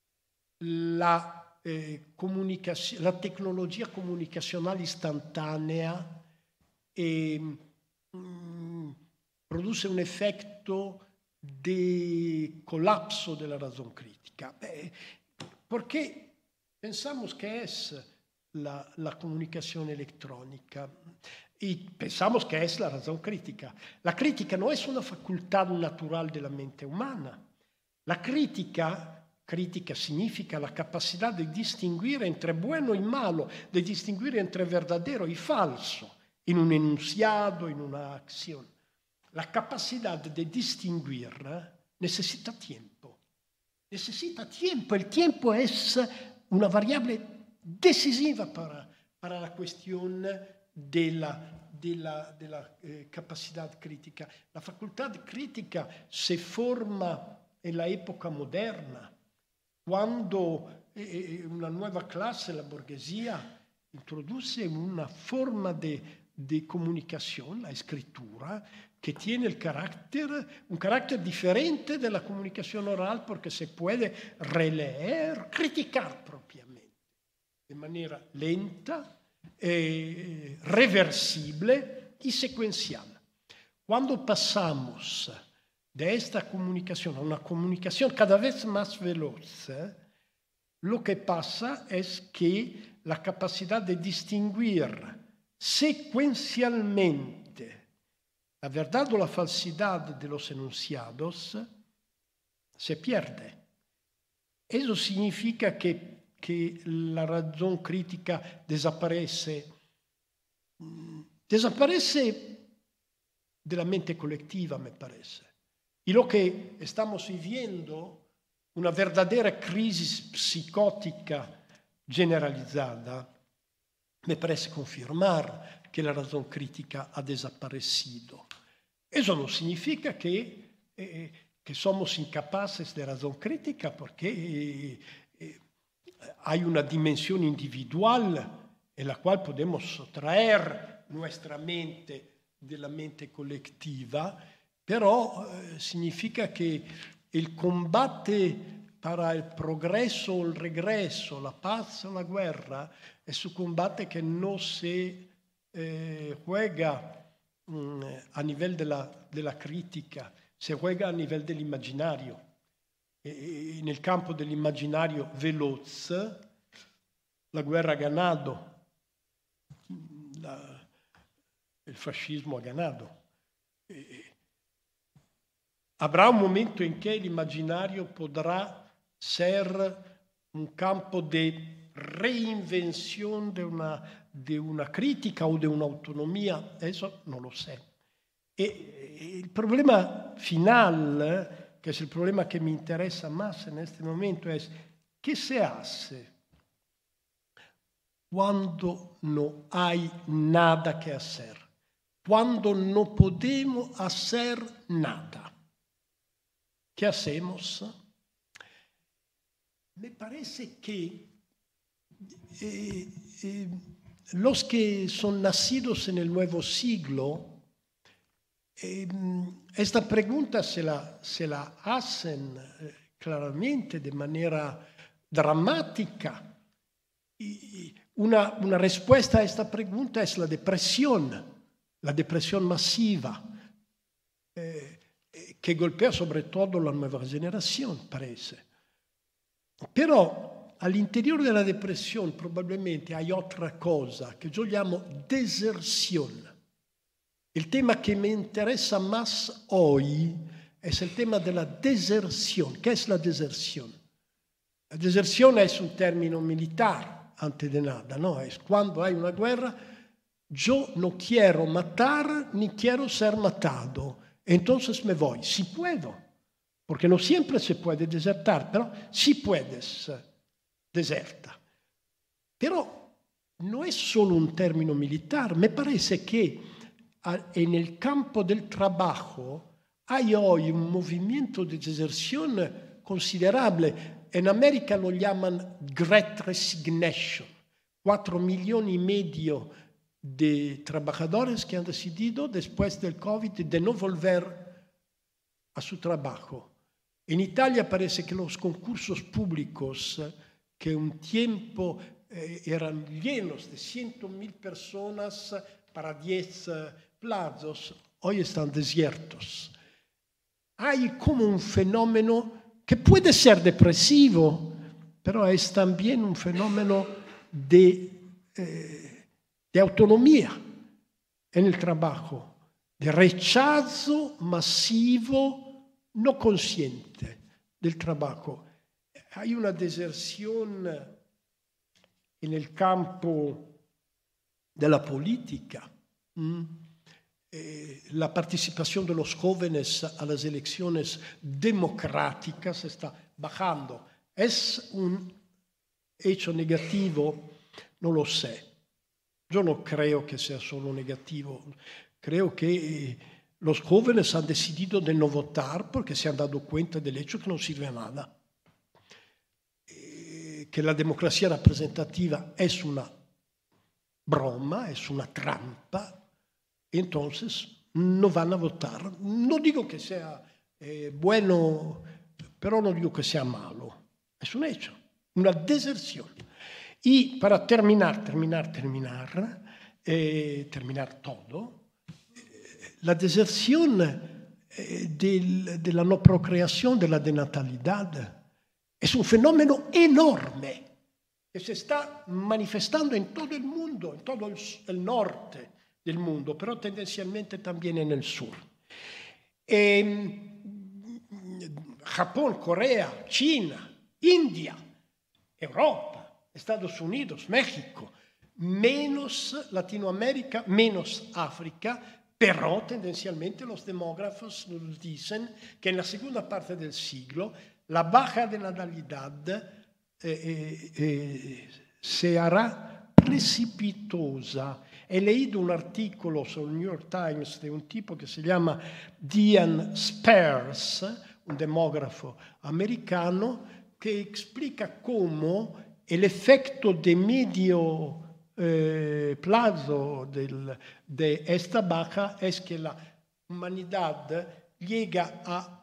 la, eh, comunicación, la tecnología comunicacional instantánea eh, mh, produce un efecto de colapso de la razón crítica? Eh, porque pensamos que es la, la comunicación electrónica y pensamos que es la razón crítica. La crítica no es una facultad natural de la mente humana. La crítica, crítica significa la capacidad de distinguir entre bueno y malo, de distinguir entre verdadero y falso en un enunciado, en una acción. La capacidad de distinguir necesita tiempo. Necesita tiempo. El tiempo es una variable decisiva para, para la cuestión de la, de la, de la eh, capacidad crítica. La facultad crítica se forma en la época moderna, cuando eh, una nueva clase, la borghesia, introduce una forma de, de comunicación, la escritura, que tiene el carácter, un carácter diferente de la comunicación oral, porque se puede releer, criticar propiamente, de manera lenta, eh, reversible y secuencial. Cuando pasamos de esta comunicación a una comunicación cada vez más veloz, ¿eh? Lo que pasa es que la capacidad de distinguir secuencialmente la verdad o la falsidad de los enunciados se pierde. Eso significa que, que la razón crítica desaparece, desaparece de la mente colectiva, me parece. Y lo que estamos viviendo, una verdadera crisis psicótica generalizada, me parece confirmar que la razón crítica ha desaparecido. Eso no significa que, eh, que somos incapaces de razón crítica, porque eh, eh, hay una dimensión individual en la cual podemos traer nuestra mente de la mente colectiva, pero eh, significa que el combate para el progreso o el regreso, la paz o la guerra, es un combate que no se eh, juega mmm, a nivel de la, de la crítica, se juega a nivel del imaginario. E, nel campo dell'immaginario veloz, la guerra ha ganado, la, il fascismo ha ganado. E, habrá un momento en que el imaginario podrá ser un campo de reinvención de una, de una crítica o de una autonomía, eso no lo sé. E, el problema final, que es el problema que me interesa más en este momento, es ¿qué se hace cuando no hay nada que hacer? Cuando no podemos hacer nada. ¿Qué hacemos? Me parece que eh, eh, los que son nacidos en el nuevo siglo, eh, esta pregunta se la, se la hacen eh, claramente de manera dramática. Y una, una respuesta a esta pregunta es la depresión, la depresión masiva, eh, che golpea soprattutto la nuova generazione, parece. Però all'interior della depressione probabilmente hay otra cosa che yo llamo deserción. El tema que me interesa más hoy es el tema de la deserción. ¿Qué es la deserción? La deserción es un término militar, antes de nada, ¿no? Es cuando hay una guerra, yo no quiero matar ni quiero ser matado. Entonces me voy, si puedo, porque no siempre se puede desertar, pero si puedes, deserta. Pero no es solo un término militar, me parece que en el campo del trabajo hay hoy un movimiento de deserción considerable. En América lo llaman Great Resignation, cuatro millones y medio de trabajadores que han decidido después del COVID de no volver a su trabajo. En Italia parece que los concursos públicos, que un tiempo eh, eran llenos de ciento mil personas para diez eh, plazos, hoy están desiertos. Hay como un fenómeno que puede ser depresivo, pero es también un fenómeno de... Eh, de autonomía en el trabajo, de rechazo masivo no consciente del trabajo. Hay una deserción en el campo de la política. ¿Mm? Eh, la participación de los jóvenes a las elecciones democráticas está bajando. ¿Es un hecho negativo? No lo sé. Yo no creo que sea solo negativo. Creo que los jóvenes han decidido de no votar porque se han dado cuenta del hecho que no sirve a nada. Eh, que la democracia representativa es una broma, es una trampa, y entonces no van a votar. No digo que sea eh, bueno, pero no digo que sea malo. Es un hecho, una deserción. Y para terminar, terminar, terminar, eh, terminar todo, eh, la deserción eh, del, de la no procreación, de la denatalidad, es un fenómeno enorme que se está manifestando en todo el mundo, en todo el, el norte del mundo, pero tendencialmente también en el sur. En Japón, Corea, China, India, Europa, Estados Unidos, México, menos Latinoamérica, menos África, pero tendencialmente los demógrafos nos dicen que en la segunda parte del siglo la baja de natalidad eh, eh, eh, se hará precipitosa. He leído un artículo sobre el New York Times de un tipo que se llama Diane Spears, un demógrafo americano, que explica cómo el efecto de medio eh, plazo del, de esta baja es que la humanidad llega a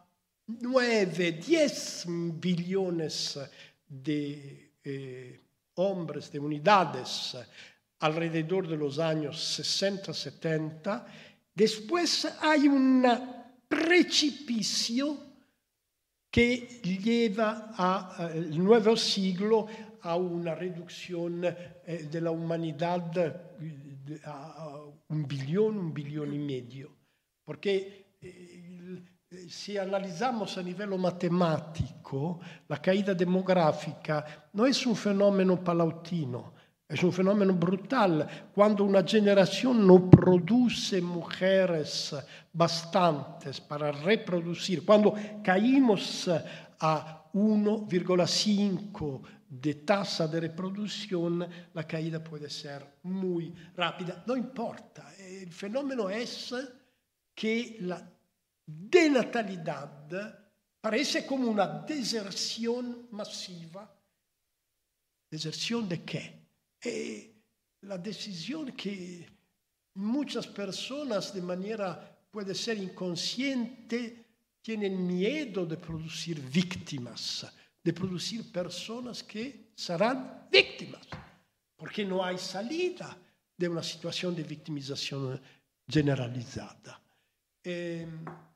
nueve, diez billones de eh, hombres, de unidades, alrededor de los años sesenta, setenta. Después hay un precipicio que lleva al nuevo siglo a una reducción eh, de la humanidad a un billón, un billón y medio. Porque eh, si analizamos a nivel matemático, la caída demográfica no es un fenómeno paulattino, es un fenómeno brutal. Cuando una generación no produce mujeres bastantes para reproducir, cuando caímos a uno coma cinco de tasa de reproducción, la caída puede ser muy rápida. No importa, el fenómeno es que la denatalidad parece como una deserción masiva. ¿Deserción de qué? Eh, la decisión que muchas personas de manera puede ser inconsciente tienen miedo de producir víctimas, de producir personas que serán víctimas, porque no hay salida de una situación de victimización generalizada. Eh,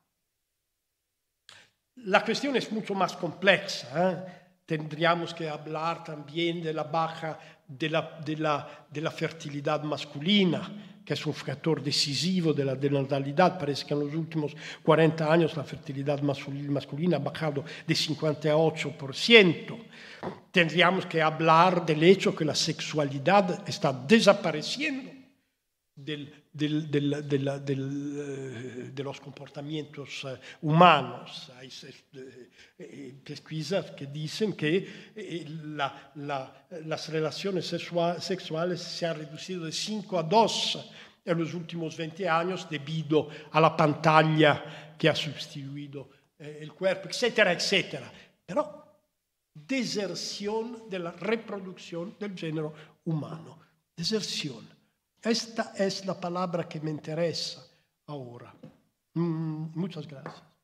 la cuestión es mucho más compleja, ¿eh? Tendríamos que hablar también de la baja de la, de la, de la fertilidad masculina, que es un factor decisivo de la denatalidad. Parece que en los últimos cuarenta años la fertilidad masculina ha bajado de cincuenta y ocho por ciento. Tendríamos que hablar del hecho que la sexualidad está desapareciendo del, del, del, del, del, de los comportamientos humanos. Hay pesquisas que dicen que la, la, las relaciones sexuales se han reducido de cinco a dos en los últimos veinte años debido a la pantalla que ha sustituido el cuerpo, etcétera, etcétera. Pero deserción de la reproducción del género humano. Deserción. Esta es la palabra que me interesa ahora. Mm, muchas gracias.